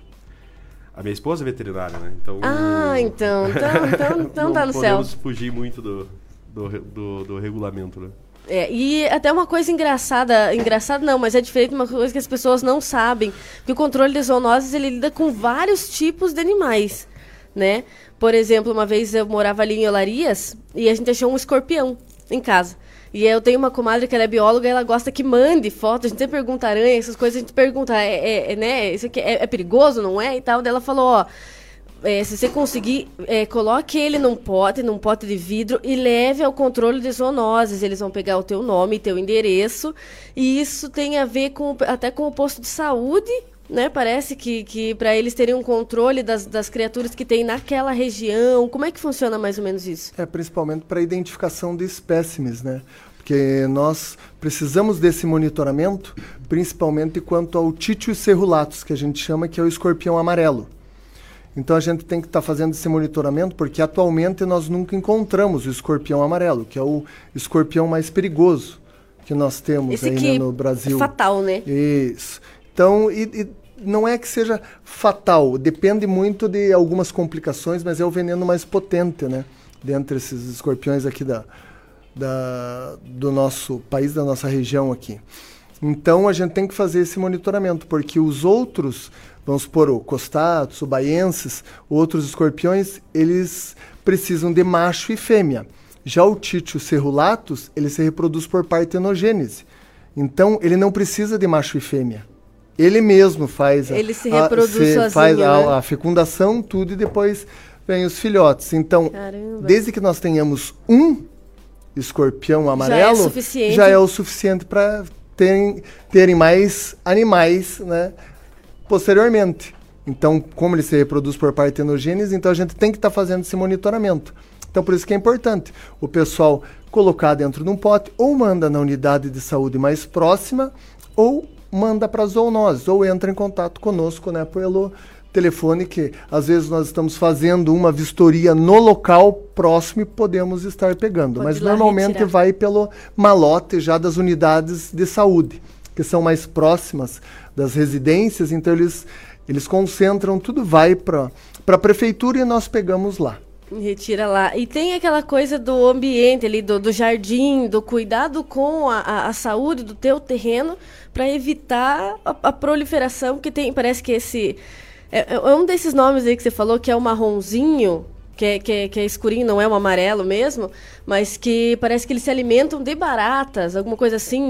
A minha esposa é veterinária, né? Então, então tá no céu. Não podemos fugir muito do regulamento, né? E até uma coisa engraçada não, mas é diferente, uma coisa que as pessoas não sabem, que o controle de zoonoses, ele lida com vários tipos de animais, né? Por exemplo, uma vez eu morava ali em Olarias e a gente achou um escorpião em casa. E eu tenho uma comadre que ela é bióloga e ela gosta que mande fotos. A gente sempre pergunta aranha, essas coisas, a gente pergunta, né, isso aqui é perigoso, não é? E tal. Daí ela falou, se você conseguir, coloque ele num pote de vidro e leve ao controle de zoonoses. Eles vão pegar o teu nome e teu endereço. E isso tem a ver até com o posto de saúde, né? Parece que para eles terem um controle das criaturas que tem naquela região. Como é que funciona mais ou menos isso? Principalmente para a identificação de espécimes, né? Porque nós precisamos desse monitoramento, principalmente quanto ao Titius cerulatus, que a gente chama, que é o escorpião amarelo. Então a gente tem que estar fazendo esse monitoramento, porque atualmente nós nunca encontramos o escorpião amarelo, que é o escorpião mais perigoso que nós temos esse aí, né, no Brasil. É fatal, né? Isso. Então, não é que seja fatal, depende muito de algumas complicações, mas é o veneno mais potente, né? Dentre esses escorpiões aqui do nosso país, da nossa região aqui. Então, a gente tem que fazer esse monitoramento, porque os outros, vamos supor, o costatus, o baienses, outros escorpiões, eles precisam de macho e fêmea. Já o Titius cerulatus, ele se reproduz por partenogênese. Então, ele não precisa de macho e fêmea. Ele mesmo faz ele se reproduz sozinho, a fecundação, tudo, e depois vem os filhotes. Então, caramba, desde que nós tenhamos um escorpião amarelo, já é o suficiente para terem mais animais, né, posteriormente. Então, como ele se reproduz por partenogênese, então a gente tem que estar fazendo esse monitoramento. Então, por isso que é importante o pessoal colocar dentro de um pote, ou manda na unidade de saúde mais próxima, ou manda para as zoonoses, ou entra em contato conosco, né, pelo telefone, que às vezes nós estamos fazendo uma vistoria no local próximo e podemos estar pegando. Mas normalmente vai pelo malote já das unidades de saúde, que são mais próximas das residências, então eles Eles concentram, tudo vai para a prefeitura e nós pegamos lá. Retira lá. E tem aquela coisa do ambiente ali, do jardim, do cuidado com a saúde do teu terreno para evitar a proliferação que tem. Parece que esse... É um desses nomes aí que você falou, que é o marronzinho, que é escurinho, não é um amarelo mesmo, mas que parece que eles se alimentam de baratas, alguma coisa assim,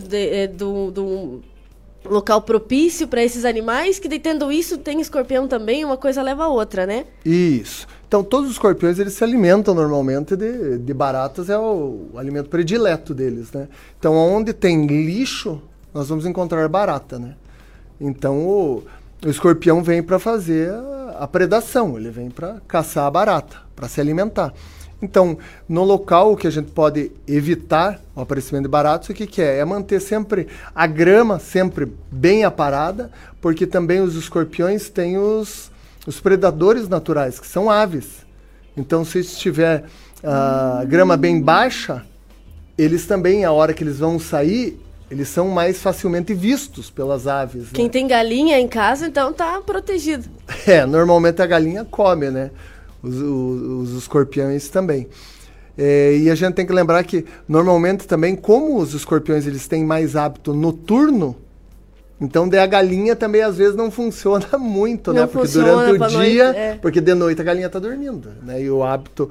do local propício para esses animais, que tendo isso, tem escorpião também, uma coisa leva a outra, né? Isso. Então, todos os escorpiões, eles se alimentam normalmente de baratas, é o alimento predileto deles, né? Então, onde tem lixo, nós vamos encontrar barata, né? Então, o escorpião vem para fazer a predação, ele vem para caçar a barata, para se alimentar. Então, no local que a gente pode evitar o aparecimento de baratas, o que é? É manter sempre a grama sempre bem aparada, porque também os escorpiões têm os predadores naturais, que são aves. Então, se estiver a grama bem baixa, eles também, a hora que eles vão sair, eles são mais facilmente vistos pelas aves. Quem tem galinha em casa, então, tá protegido. Normalmente a galinha come, né? Os escorpiões também. E a gente tem que lembrar que, normalmente também, como os escorpiões eles têm mais hábito noturno, então a galinha também às vezes não funciona muito, não, né? Porque durante o dia, porque de noite a galinha está dormindo, né? E o hábito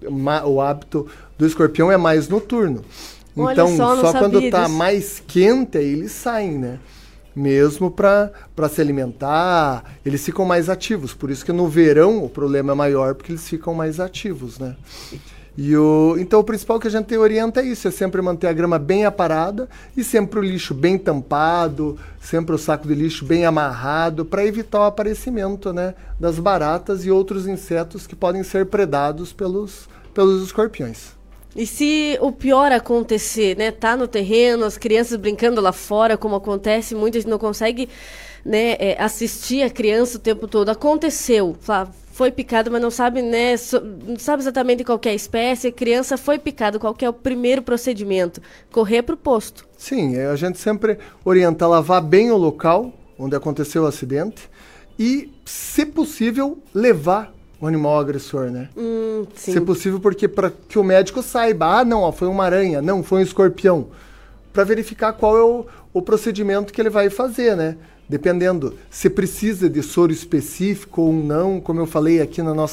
do escorpião é mais noturno. Então, só quando está mais quente, aí eles saem, né? Mesmo para se alimentar, eles ficam mais ativos. Por isso que no verão o problema é maior, porque eles ficam mais ativos, né? Então o principal que a gente orienta é isso, é sempre manter a grama bem aparada e sempre o lixo bem tampado, sempre o saco de lixo bem amarrado, para evitar o aparecimento, né, das baratas e outros insetos que podem ser predados pelos escorpiões. E se o pior acontecer, né, tá no terreno, as crianças brincando lá fora, como acontece, muitas não conseguem, né, assistir a criança o tempo todo. Aconteceu, foi picado, mas não sabe, né, não sabe exatamente qual que é a espécie, a criança foi picada, qual que é o primeiro procedimento? Correr para o posto. Sim, a gente sempre orienta a lavar bem o local onde aconteceu o acidente e, se possível, levar o animal agressor, né? Sim. Se possível, porque para que o médico saiba, não, foi uma aranha, não, foi um escorpião, para verificar qual é o procedimento que ele vai fazer, né? Dependendo se precisa de soro específico ou não, como eu falei aqui na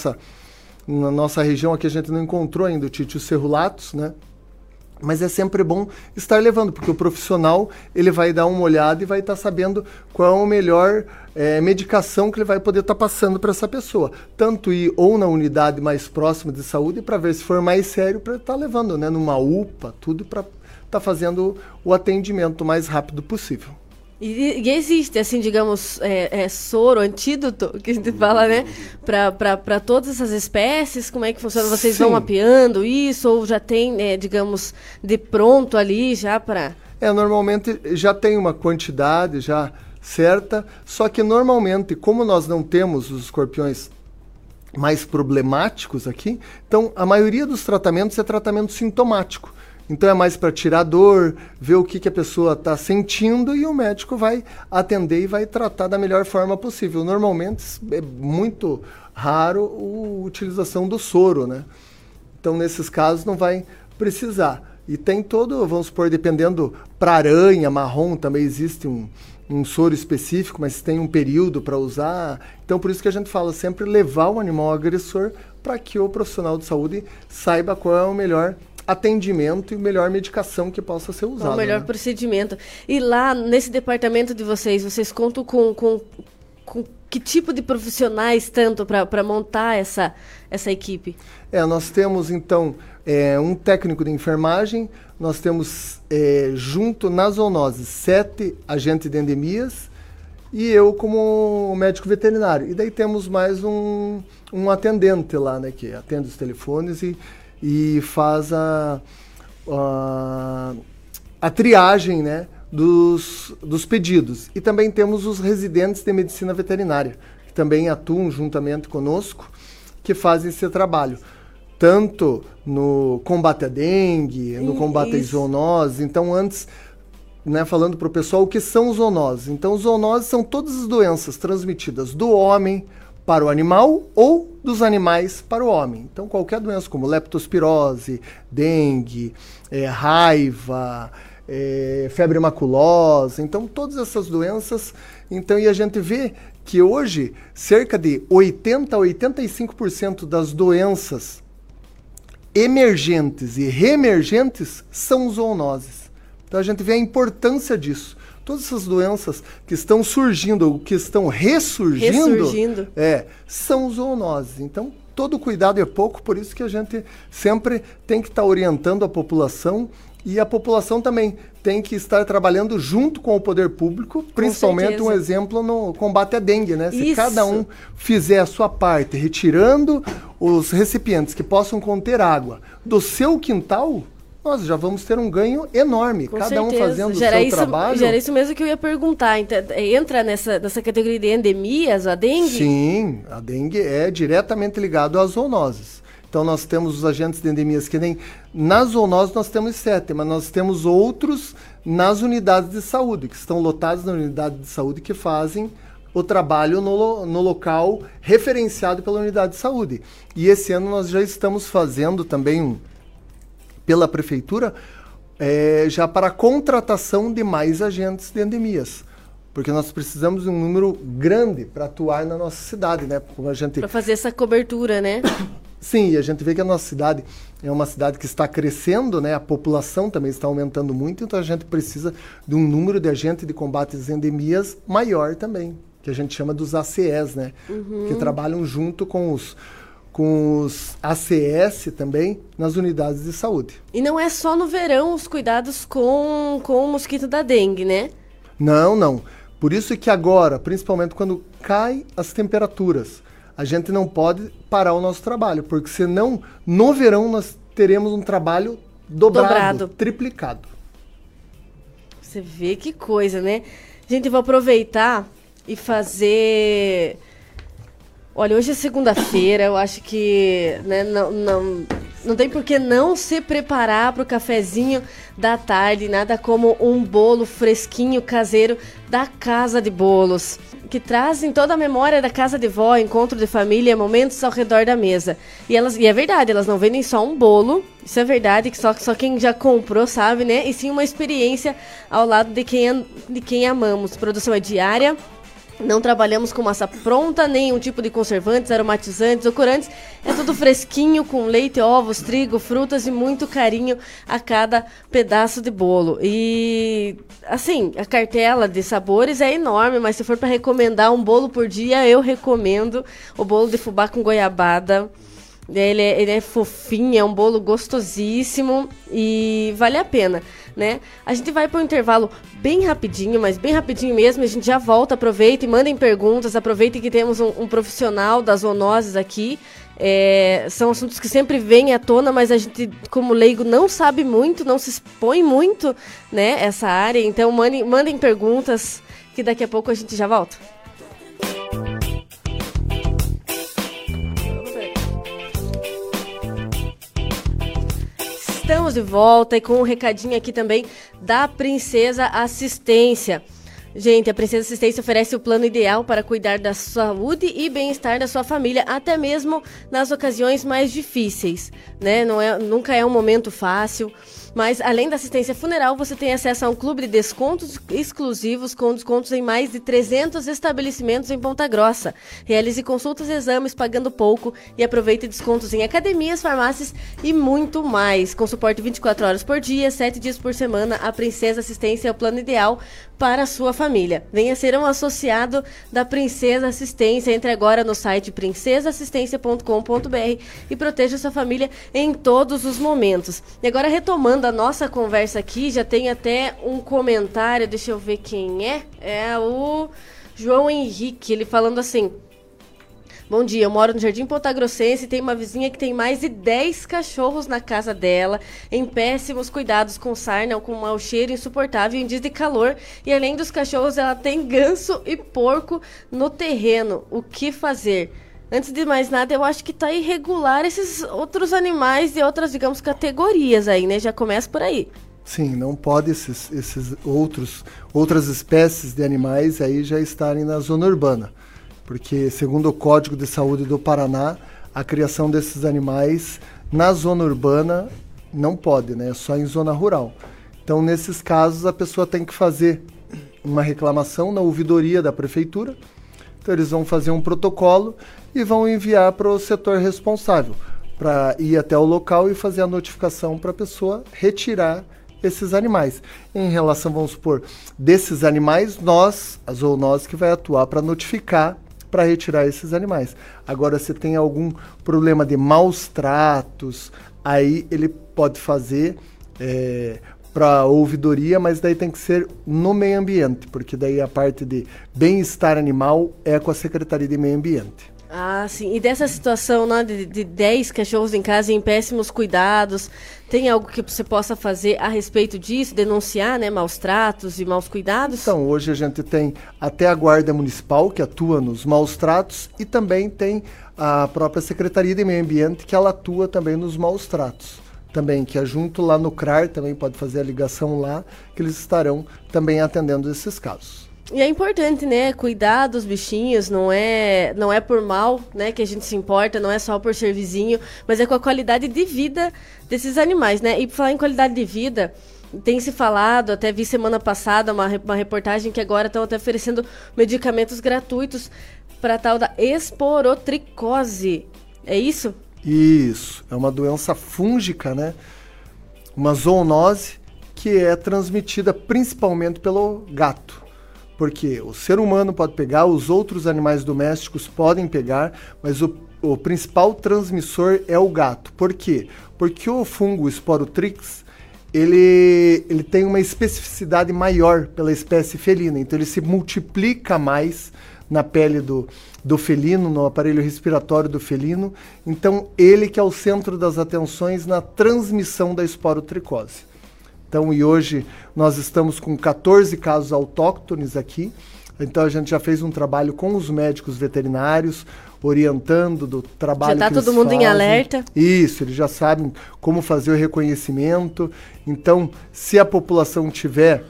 nossa região, aqui a gente não encontrou ainda o Titius cerulatus, né? Mas é sempre bom estar levando, porque o profissional ele vai dar uma olhada e vai estar sabendo qual é a melhor medicação que ele vai poder estar passando para essa pessoa. Tanto ir ou na unidade mais próxima de saúde para ver se for mais sério, para estar levando, né, numa UPA, tudo para estar fazendo o atendimento o mais rápido possível. E existe, assim, digamos, soro, antídoto, que a gente fala, né? Para todas essas espécies, como é que funciona? Vocês vão mapeando isso ou já tem, digamos, de pronto ali já para... Normalmente já tem uma quantidade já certa, só que normalmente, como nós não temos os escorpiões mais problemáticos aqui, então a maioria dos tratamentos é tratamento sintomático. Então é mais para tirar dor, ver o que a pessoa está sentindo e o médico vai atender e vai tratar da melhor forma possível. Normalmente é muito raro a utilização do soro, né? Então nesses casos não vai precisar. E tem todo, vamos supor, dependendo, para aranha, marrom também existe um soro específico, mas tem um período para usar. Então por isso que a gente fala sempre levar o animal agressor para que o profissional de saúde saiba qual é o melhor atendimento e melhor medicação que possa ser usada. O melhor procedimento. E lá, nesse departamento de vocês contam com que tipo de profissionais tanto para montar essa equipe? Nós temos, então, um técnico de enfermagem, nós temos, junto na zoonose, 7 agentes de endemias e eu como médico veterinário. E daí temos mais um atendente lá, né, que atende os telefones e faz a triagem, né, dos pedidos. E também temos os residentes de medicina veterinária, que também atuam juntamente conosco, que fazem esse trabalho, tanto no combate à dengue, no combate à zoonose. Então, antes né, falando para o pessoal o que são zoonoses. Então, zoonoses são todas as doenças transmitidas do homem para o animal ou dos animais para o homem. Então, qualquer doença como leptospirose, dengue, raiva, febre maculosa, então todas essas doenças. Então, e a gente vê que hoje cerca de 80 a 85% das doenças emergentes e reemergentes são zoonoses. Então a gente vê a importância disso. Todas essas doenças que estão surgindo ou que estão ressurgindo. São zoonoses. Então todo cuidado é pouco, por isso que a gente sempre tem que estar orientando a população, e a população também tem que estar trabalhando junto com o poder público, principalmente um exemplo no combate à dengue, né? Se cada um fizer a sua parte, retirando os recipientes que possam conter água do seu quintal, nós já vamos ter um ganho enorme. Cada um fazendo o seu trabalho. Era isso mesmo que eu ia perguntar. Então, entra nessa categoria de endemias, a dengue? Sim, a dengue é diretamente ligado às zoonoses. Então nós temos os agentes de endemias que nem nas zoonoses nós temos 7, mas nós temos outros nas unidades de saúde, que estão lotados na unidade de saúde, que fazem o trabalho no local referenciado pela unidade de saúde. E esse ano nós já estamos fazendo também, pela prefeitura, já para a contratação de mais agentes de endemias. Porque nós precisamos de um número grande para atuar na nossa cidade, né? Para fazer essa cobertura, né? Sim, e a gente vê que a nossa cidade é uma cidade que está crescendo, né? A população também está aumentando muito, então a gente precisa de um número de agentes de combate às endemias maior também, que a gente chama dos ACS, né? Que trabalham junto com os ACS também nas unidades de saúde. E não é só no verão os cuidados com o mosquito da dengue, né? Não. Por isso que agora, principalmente quando caem as temperaturas, a gente não pode parar o nosso trabalho, porque senão, no verão, nós teremos um trabalho dobrado. Triplicado. Você vê que coisa, né? Gente, eu vou aproveitar e fazer... Olha, hoje é segunda-feira, eu acho que né, não tem por que não se preparar para o cafezinho da tarde, nada como um bolo fresquinho, caseiro, da Casa de Bolos, que trazem toda a memória da casa de vó, encontro de família, momentos ao redor da mesa. E é verdade, elas não vendem só um bolo, isso é verdade, que só quem já comprou sabe, né? E sim uma experiência ao lado de quem amamos. Produção é diária. Não trabalhamos com massa pronta, nenhum tipo de conservantes, aromatizantes ou corantes. É tudo fresquinho, com leite, ovos, trigo, frutas e muito carinho a cada pedaço de bolo. E, assim, a cartela de sabores é enorme, mas se for para recomendar um bolo por dia, eu recomendo o bolo de fubá com goiabada. Ele é fofinho, é um bolo gostosíssimo e vale a pena, né? A gente vai para um intervalo bem rapidinho, mas bem rapidinho mesmo. A gente já volta, aproveita e mandem perguntas. Aproveitem que temos um profissional das zoonoses aqui. São assuntos que sempre vêm à tona, mas a gente, como leigo, não sabe muito, não se expõe muito, né, essa área. Então mandem perguntas que daqui a pouco a gente já volta. Estamos de volta e com um recadinho aqui também da Princesa Assistência. Gente, a Princesa Assistência oferece o plano ideal para cuidar da saúde e bem-estar da sua família, até mesmo nas ocasiões mais difíceis, né? Nunca é um momento fácil, mas além da assistência funeral, você tem acesso a um clube de descontos exclusivos com descontos em mais de 300 estabelecimentos em Ponta Grossa. Realize consultas e exames pagando pouco e aproveite descontos em academias, farmácias e muito mais. Com suporte 24 horas por dia, 7 dias por semana, a Princesa Assistência é o plano ideal para a sua família. Venha ser um associado da Princesa Assistência. Entre agora no site princesaassistência.com.br e proteja sua família em todos os momentos. E agora, retomando a nossa conversa aqui, já tem até um comentário, deixa eu ver quem é. É o João Henrique, ele falando assim: bom dia, eu moro no Jardim Pontagrossense e tem uma vizinha que tem mais de 10 cachorros na casa dela, em péssimos cuidados, com sarna, com um mau cheiro insuportável em dias de calor. E além dos cachorros, ela tem ganso e porco no terreno. O que fazer? Antes de mais nada, eu acho que tá irregular esses outros animais de outras, digamos, categorias aí, né? Já começa por aí. Sim, não pode esses outras espécies de animais aí já estarem na zona urbana, porque segundo o Código de Saúde do Paraná, a criação desses animais na zona urbana não pode, né? É só em zona rural. Então, nesses casos, a pessoa tem que fazer uma reclamação na ouvidoria da prefeitura. Então, eles vão fazer um protocolo e vão enviar para o setor responsável, para ir até o local e fazer a notificação para a pessoa retirar esses animais. Em relação, vamos supor, desses animais, a zoonose que vai atuar para notificar, para retirar esses animais. Agora, se tem algum problema de maus tratos, aí ele pode fazer para ouvidoria, mas daí tem que ser no meio ambiente, porque daí a parte de bem-estar animal é com a Secretaria de Meio Ambiente. Ah, sim. E dessa situação, né, de 10 cachorros em casa em péssimos cuidados, tem algo que você possa fazer a respeito disso? Denunciar, né, maus tratos e maus cuidados? Então, hoje a gente tem até a Guarda Municipal, que atua nos maus tratos, e também tem a própria Secretaria de Meio Ambiente, que ela atua também nos maus tratos. Também, que é junto lá no CRAR, também pode fazer a ligação lá, que eles estarão também atendendo esses casos. E é importante, né, cuidar dos bichinhos, não é por mal, né, que a gente se importa, não é só por ser vizinho, mas é com a qualidade de vida desses animais, né? E por falar em qualidade de vida, tem se falado, até vi semana passada uma reportagem que agora estão até oferecendo medicamentos gratuitos para a tal da esporotricose. É isso? Isso, é uma doença fúngica, né? Uma zoonose que é transmitida principalmente pelo gato. Porque o ser humano pode pegar, os outros animais domésticos podem pegar, mas o principal transmissor é o gato. Por quê? Porque o fungo Sporotrix, ele tem uma especificidade maior pela espécie felina, então ele se multiplica mais na pele do felino, no aparelho respiratório do felino, então ele que é o centro das atenções na transmissão da esporotricose. Então, e hoje nós estamos com 14 casos autóctones aqui, então a gente já fez um trabalho com os médicos veterinários, orientando do trabalho que eles fazem. Já está todo mundo em alerta? Isso, eles já sabem como fazer o reconhecimento. Então, se a população tiver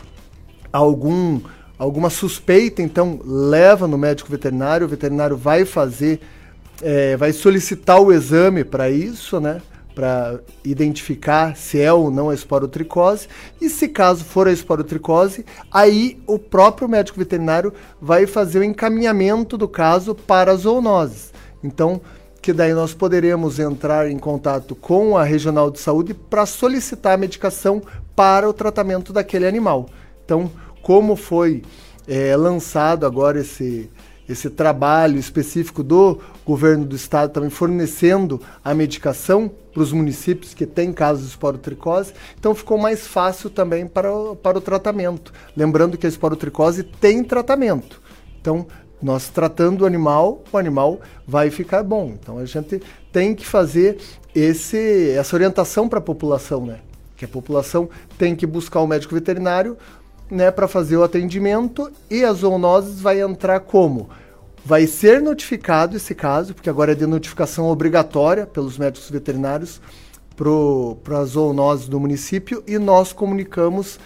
alguma suspeita, então leva no médico veterinário, o veterinário vai fazer, vai solicitar o exame para isso, né? Para identificar se é ou não a esporotricose, e se caso for a esporotricose, aí o próprio médico veterinário vai fazer o encaminhamento do caso para as zoonoses. Então, que daí nós poderemos entrar em contato com a Regional de Saúde para solicitar a medicação para o tratamento daquele animal. Então, como foi lançado agora esse trabalho específico do governo do estado também fornecendo a medicação para os municípios que têm casos de esporotricose, então ficou mais fácil também para o tratamento. Lembrando que a esporotricose tem tratamento. Então, nós tratando o animal vai ficar bom. Então, a gente tem que fazer essa orientação para a população, né? Que a população tem que buscar o médico veterinário, né, para fazer o atendimento, e a zoonoses vai entrar como? Vai ser notificado esse caso, porque agora é de notificação obrigatória pelos médicos veterinários para as zoonoses do município, e nós comunicamos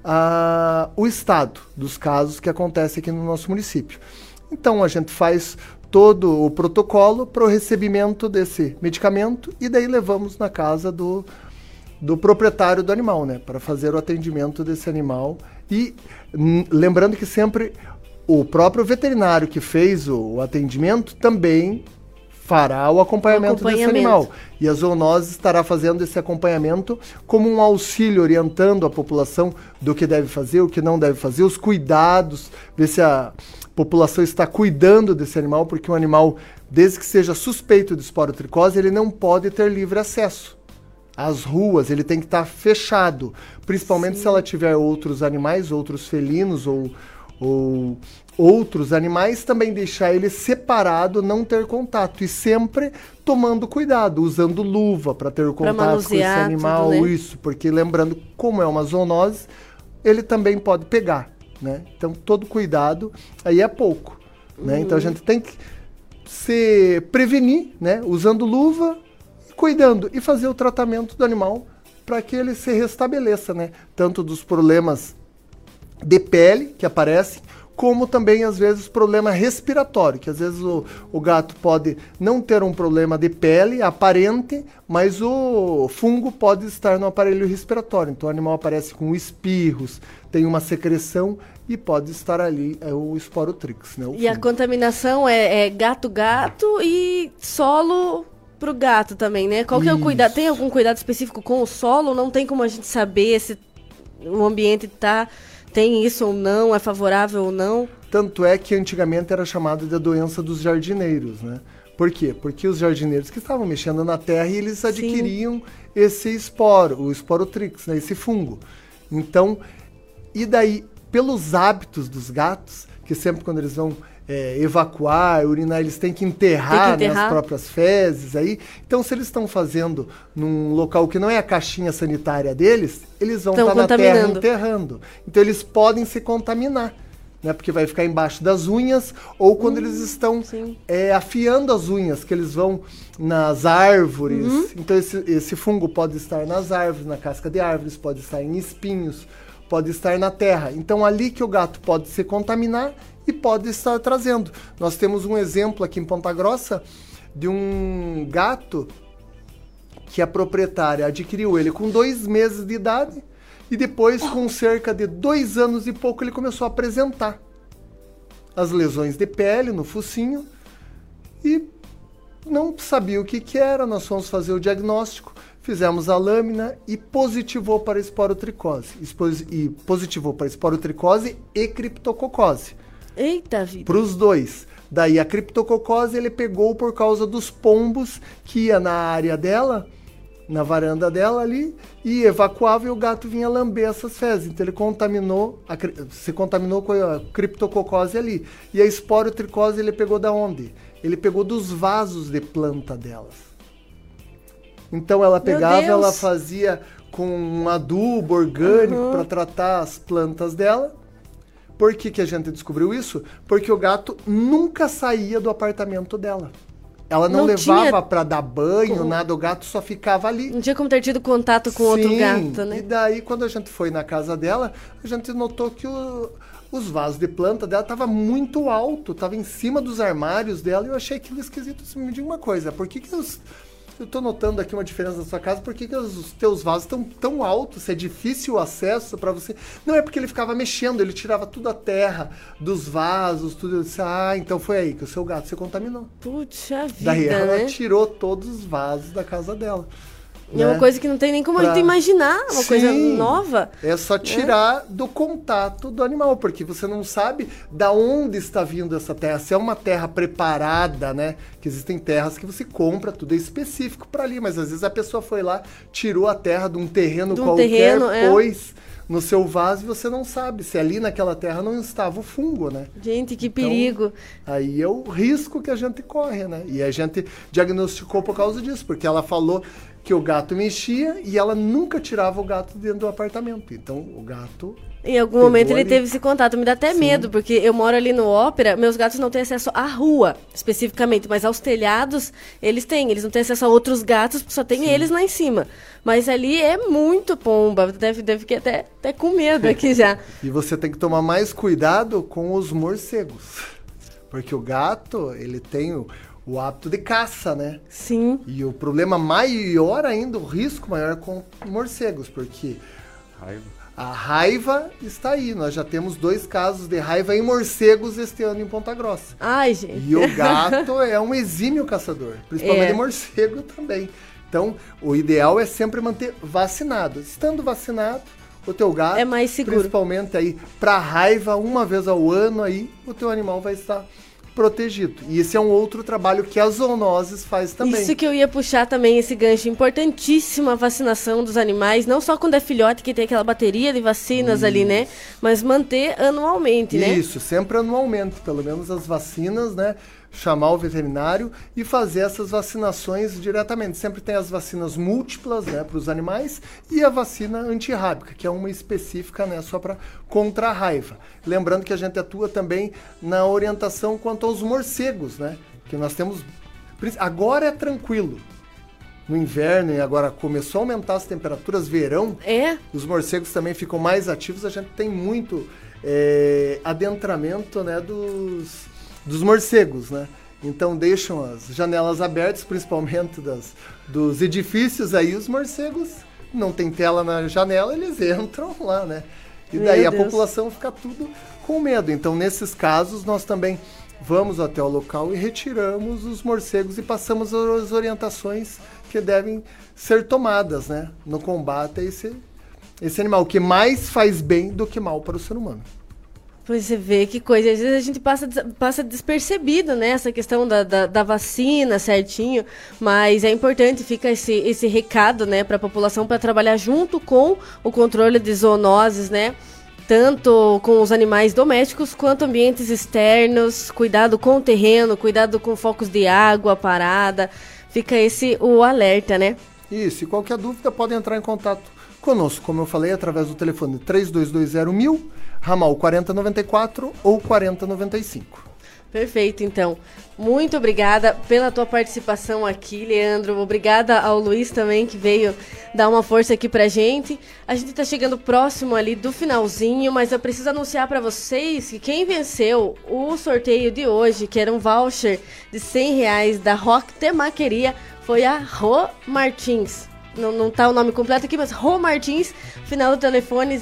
o estado dos casos que acontecem aqui no nosso município. Então a gente faz todo o protocolo para o recebimento desse medicamento e daí levamos na casa do proprietário do animal, né, para fazer o atendimento desse animal. E lembrando que sempre o próprio veterinário que fez o atendimento também fará o acompanhamento desse animal. E a zoonose estará fazendo esse acompanhamento como um auxílio, orientando a população do que deve fazer, o que não deve fazer, os cuidados, ver se a população está cuidando desse animal, porque um animal, desde que seja suspeito de esporotricose, ele não pode ter livre acesso às ruas, ele tem que estar fechado, principalmente se ela tiver outros animais, outros felinos ou outros animais, também deixar ele separado, não ter contato, e sempre tomando cuidado, usando luva para ter contato com esse animal, tudo, né? Isso, porque lembrando, como é uma zoonose, ele também pode pegar, né? Então todo cuidado aí é pouco, né? Então a gente tem que se prevenir, né? Usando luva, cuidando e fazer o tratamento do animal para que ele se restabeleça, né? Tanto dos problemas de pele que aparecem, como também, às vezes, problema respiratório, que às vezes o gato pode não ter um problema de pele aparente, mas o fungo pode estar no aparelho respiratório. Então o animal aparece com espirros, tem uma secreção e pode estar ali o Sporotrix, né? E a contaminação é gato-gato e solo pro gato também, né? Qual que é o cuidado? Tem algum cuidado específico com o solo? Não tem como a gente saber se o ambiente tem isso ou não, é favorável ou não? Tanto é que antigamente era chamado de doença dos jardineiros, né? Por quê? Porque os jardineiros que estavam mexendo na terra e eles adquiriam esse esporo, o Sporotrix, né? Esse fungo. Então, e daí, pelos hábitos dos gatos, que sempre quando eles vão evacuar, urinar, eles têm que enterrar, né, as próprias fezes aí. Então, se eles estão fazendo num local que não é a caixinha sanitária deles, eles vão estar na terra enterrando. Então, eles podem se contaminar, né, porque vai ficar embaixo das unhas, ou quando eles estão afiando as unhas, que eles vão nas árvores. Então, esse fungo pode estar nas árvores, na casca de árvores, pode estar em espinhos, pode estar na terra. Então, ali que o gato pode se contaminar e pode estar trazendo. Nós temos um exemplo aqui em Ponta Grossa de um gato que a proprietária adquiriu ele com 2 meses de idade e depois, com cerca de 2 anos e pouco, ele começou a apresentar as lesões de pele no focinho e não sabia o que era. Nós fomos fazer o diagnóstico, fizemos a lâmina e positivou para esporotricose. E positivou para esporotricose e criptococose. Eita vida! Para os dois. Daí a criptococose ele pegou por causa dos pombos que ia na área dela, na varanda dela ali, e evacuava e o gato vinha lamber essas fezes. Então ele se contaminou com a criptococose ali. E a esporotricose ele pegou da onde? Ele pegou dos vasos de planta delas. Então ela pegava, ela fazia com um adubo orgânico para tratar as plantas dela. Por que a gente descobriu isso? Porque o gato nunca saía do apartamento dela. Ela não levava para dar banho, nada, o gato só ficava ali. Não tinha como ter tido contato com outro gato, né? E daí, quando a gente foi na casa dela, a gente notou que os vasos de planta dela estavam muito alto, estava em cima dos armários dela, e eu achei aquilo esquisito. Me diga uma coisa, por que eu tô notando aqui uma diferença na sua casa, por que os teus vasos estão tão altos? Se é difícil o acesso para você? Não, é porque ele ficava mexendo, ele tirava tudo a terra dos vasos, tudo. Eu disse, então foi aí que o seu gato se contaminou. Puxa vida, daí ela tirou todos os vasos da casa dela. É uma coisa que não tem nem como a gente imaginar, uma coisa nova. É só tirar do contato do animal, porque você não sabe da onde está vindo essa terra. Se é uma terra preparada, né? Que existem terras que você compra, tudo é específico para ali, mas às vezes a pessoa foi lá, tirou a terra de um terreno qualquer, pôs no seu vaso e você não sabe se ali naquela terra não estava o fungo, né? Gente, que perigo. Então, aí é o risco que a gente corre, né? E a gente diagnosticou por causa disso, porque ela falou que o gato mexia e ela nunca tirava o gato dentro do apartamento. Então, o gato... Em algum momento ele teve esse contato. Me dá até medo, porque eu moro ali no Ópera, meus gatos não têm acesso à rua, especificamente, mas aos telhados eles têm. Eles não têm acesso a outros gatos, só tem eles lá em cima. Mas ali é muito pomba, deve ficar até com medo aqui já. E você tem que tomar mais cuidado com os morcegos, porque o gato, ele tem o hábito de caça, né? Sim. E o problema maior ainda, o risco maior com morcegos, porque a raiva está aí. Nós já temos 2 casos de raiva em morcegos este ano em Ponta Grossa. Ai, gente. E o gato é um exímio caçador, principalmente morcego também. Então, o ideal é sempre manter vacinado. Estando vacinado, o teu gato é mais seguro. Principalmente aí para raiva, uma vez ao ano aí, o teu animal vai estar protegido. E esse é um outro trabalho que a zoonoses faz também. Isso que eu ia puxar também, esse gancho. Importantíssimo a vacinação dos animais, não só quando é filhote, que tem aquela bateria de vacinas ali, né? Mas manter anualmente, né? Isso, sempre anualmente, pelo menos as vacinas, né? Chamar o veterinário e fazer essas vacinações diretamente. Sempre tem as vacinas múltiplas, né, para os animais, e a vacina antirrábica, que é uma específica, né, só para contra a raiva. Lembrando que a gente atua também na orientação quanto aos morcegos, né, que nós temos... Agora é tranquilo, no inverno e agora começou a aumentar as temperaturas, verão, os morcegos também ficam mais ativos, a gente tem muito adentramento, né, dos morcegos, né? Então deixam as janelas abertas, principalmente dos edifícios, aí os morcegos não tem tela na janela, eles entram lá, né? E daí a população fica tudo com medo. Então nesses casos nós também vamos até o local e retiramos os morcegos e passamos as orientações que devem ser tomadas, né, no combate a esse animal, que mais faz bem do que mal para o ser humano. Pois você vê que coisa, às vezes a gente passa despercebido, né, essa questão da vacina certinho, mas é importante, fica esse recado, né, para a população, para trabalhar junto com o controle de zoonoses, né, tanto com os animais domésticos quanto ambientes externos, cuidado com o terreno, cuidado com focos de água parada, fica o alerta, né? Isso, e qualquer dúvida pode entrar em contato conosco, como eu falei, através do telefone 3220-1000, ramal 4094 ou 4095. Perfeito, então. Muito obrigada pela tua participação aqui, Leandro. Obrigada ao Luiz também, que veio dar uma força aqui pra gente. A gente tá chegando próximo ali do finalzinho, mas eu preciso anunciar pra vocês que quem venceu o sorteio de hoje, que era um voucher de R$100 da Rock Temaqueria, foi a Rô Martins. Não tá o nome completo aqui, mas Rô Martins, final do telefone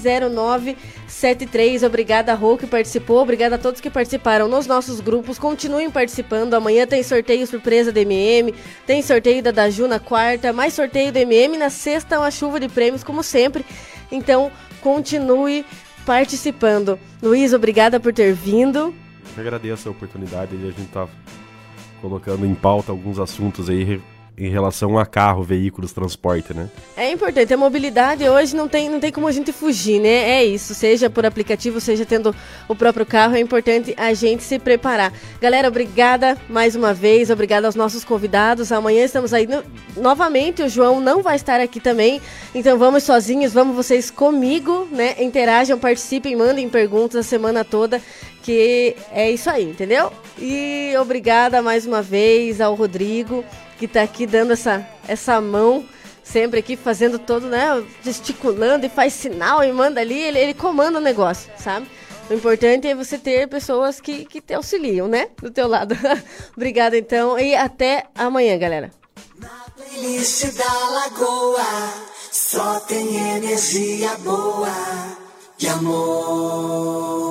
0973. Obrigada, Rô, que participou. Obrigada a todos que participaram nos nossos grupos. Continuem participando. Amanhã tem sorteio surpresa do MM, tem sorteio da Daju na quarta, mais sorteio do MM. Na sexta, uma chuva de prêmios, como sempre. Então, continue participando. Luiz, obrigada por ter vindo. Eu agradeço a oportunidade de a gente estar colocando em pauta alguns assuntos aí em relação a carro, veículos, transporte, né? É importante, a mobilidade hoje não tem como a gente fugir, né? É isso, seja por aplicativo, seja tendo o próprio carro, é importante a gente se preparar. Galera, obrigada mais uma vez, obrigada aos nossos convidados. Amanhã estamos aí novamente, o João não vai estar aqui também, então vamos sozinhos, vamos vocês comigo, né? Interajam, participem, mandem perguntas a semana toda, que é isso aí, entendeu? E obrigada mais uma vez ao Rodrigo, que tá aqui dando essa mão, sempre aqui fazendo todo, né, gesticulando e faz sinal e manda ali, ele comanda o negócio, sabe? O importante é você ter pessoas que te auxiliam, né, do teu lado. Obrigada, então, e até amanhã, galera. Na playlist da Lagoa, só tem energia boa e amor.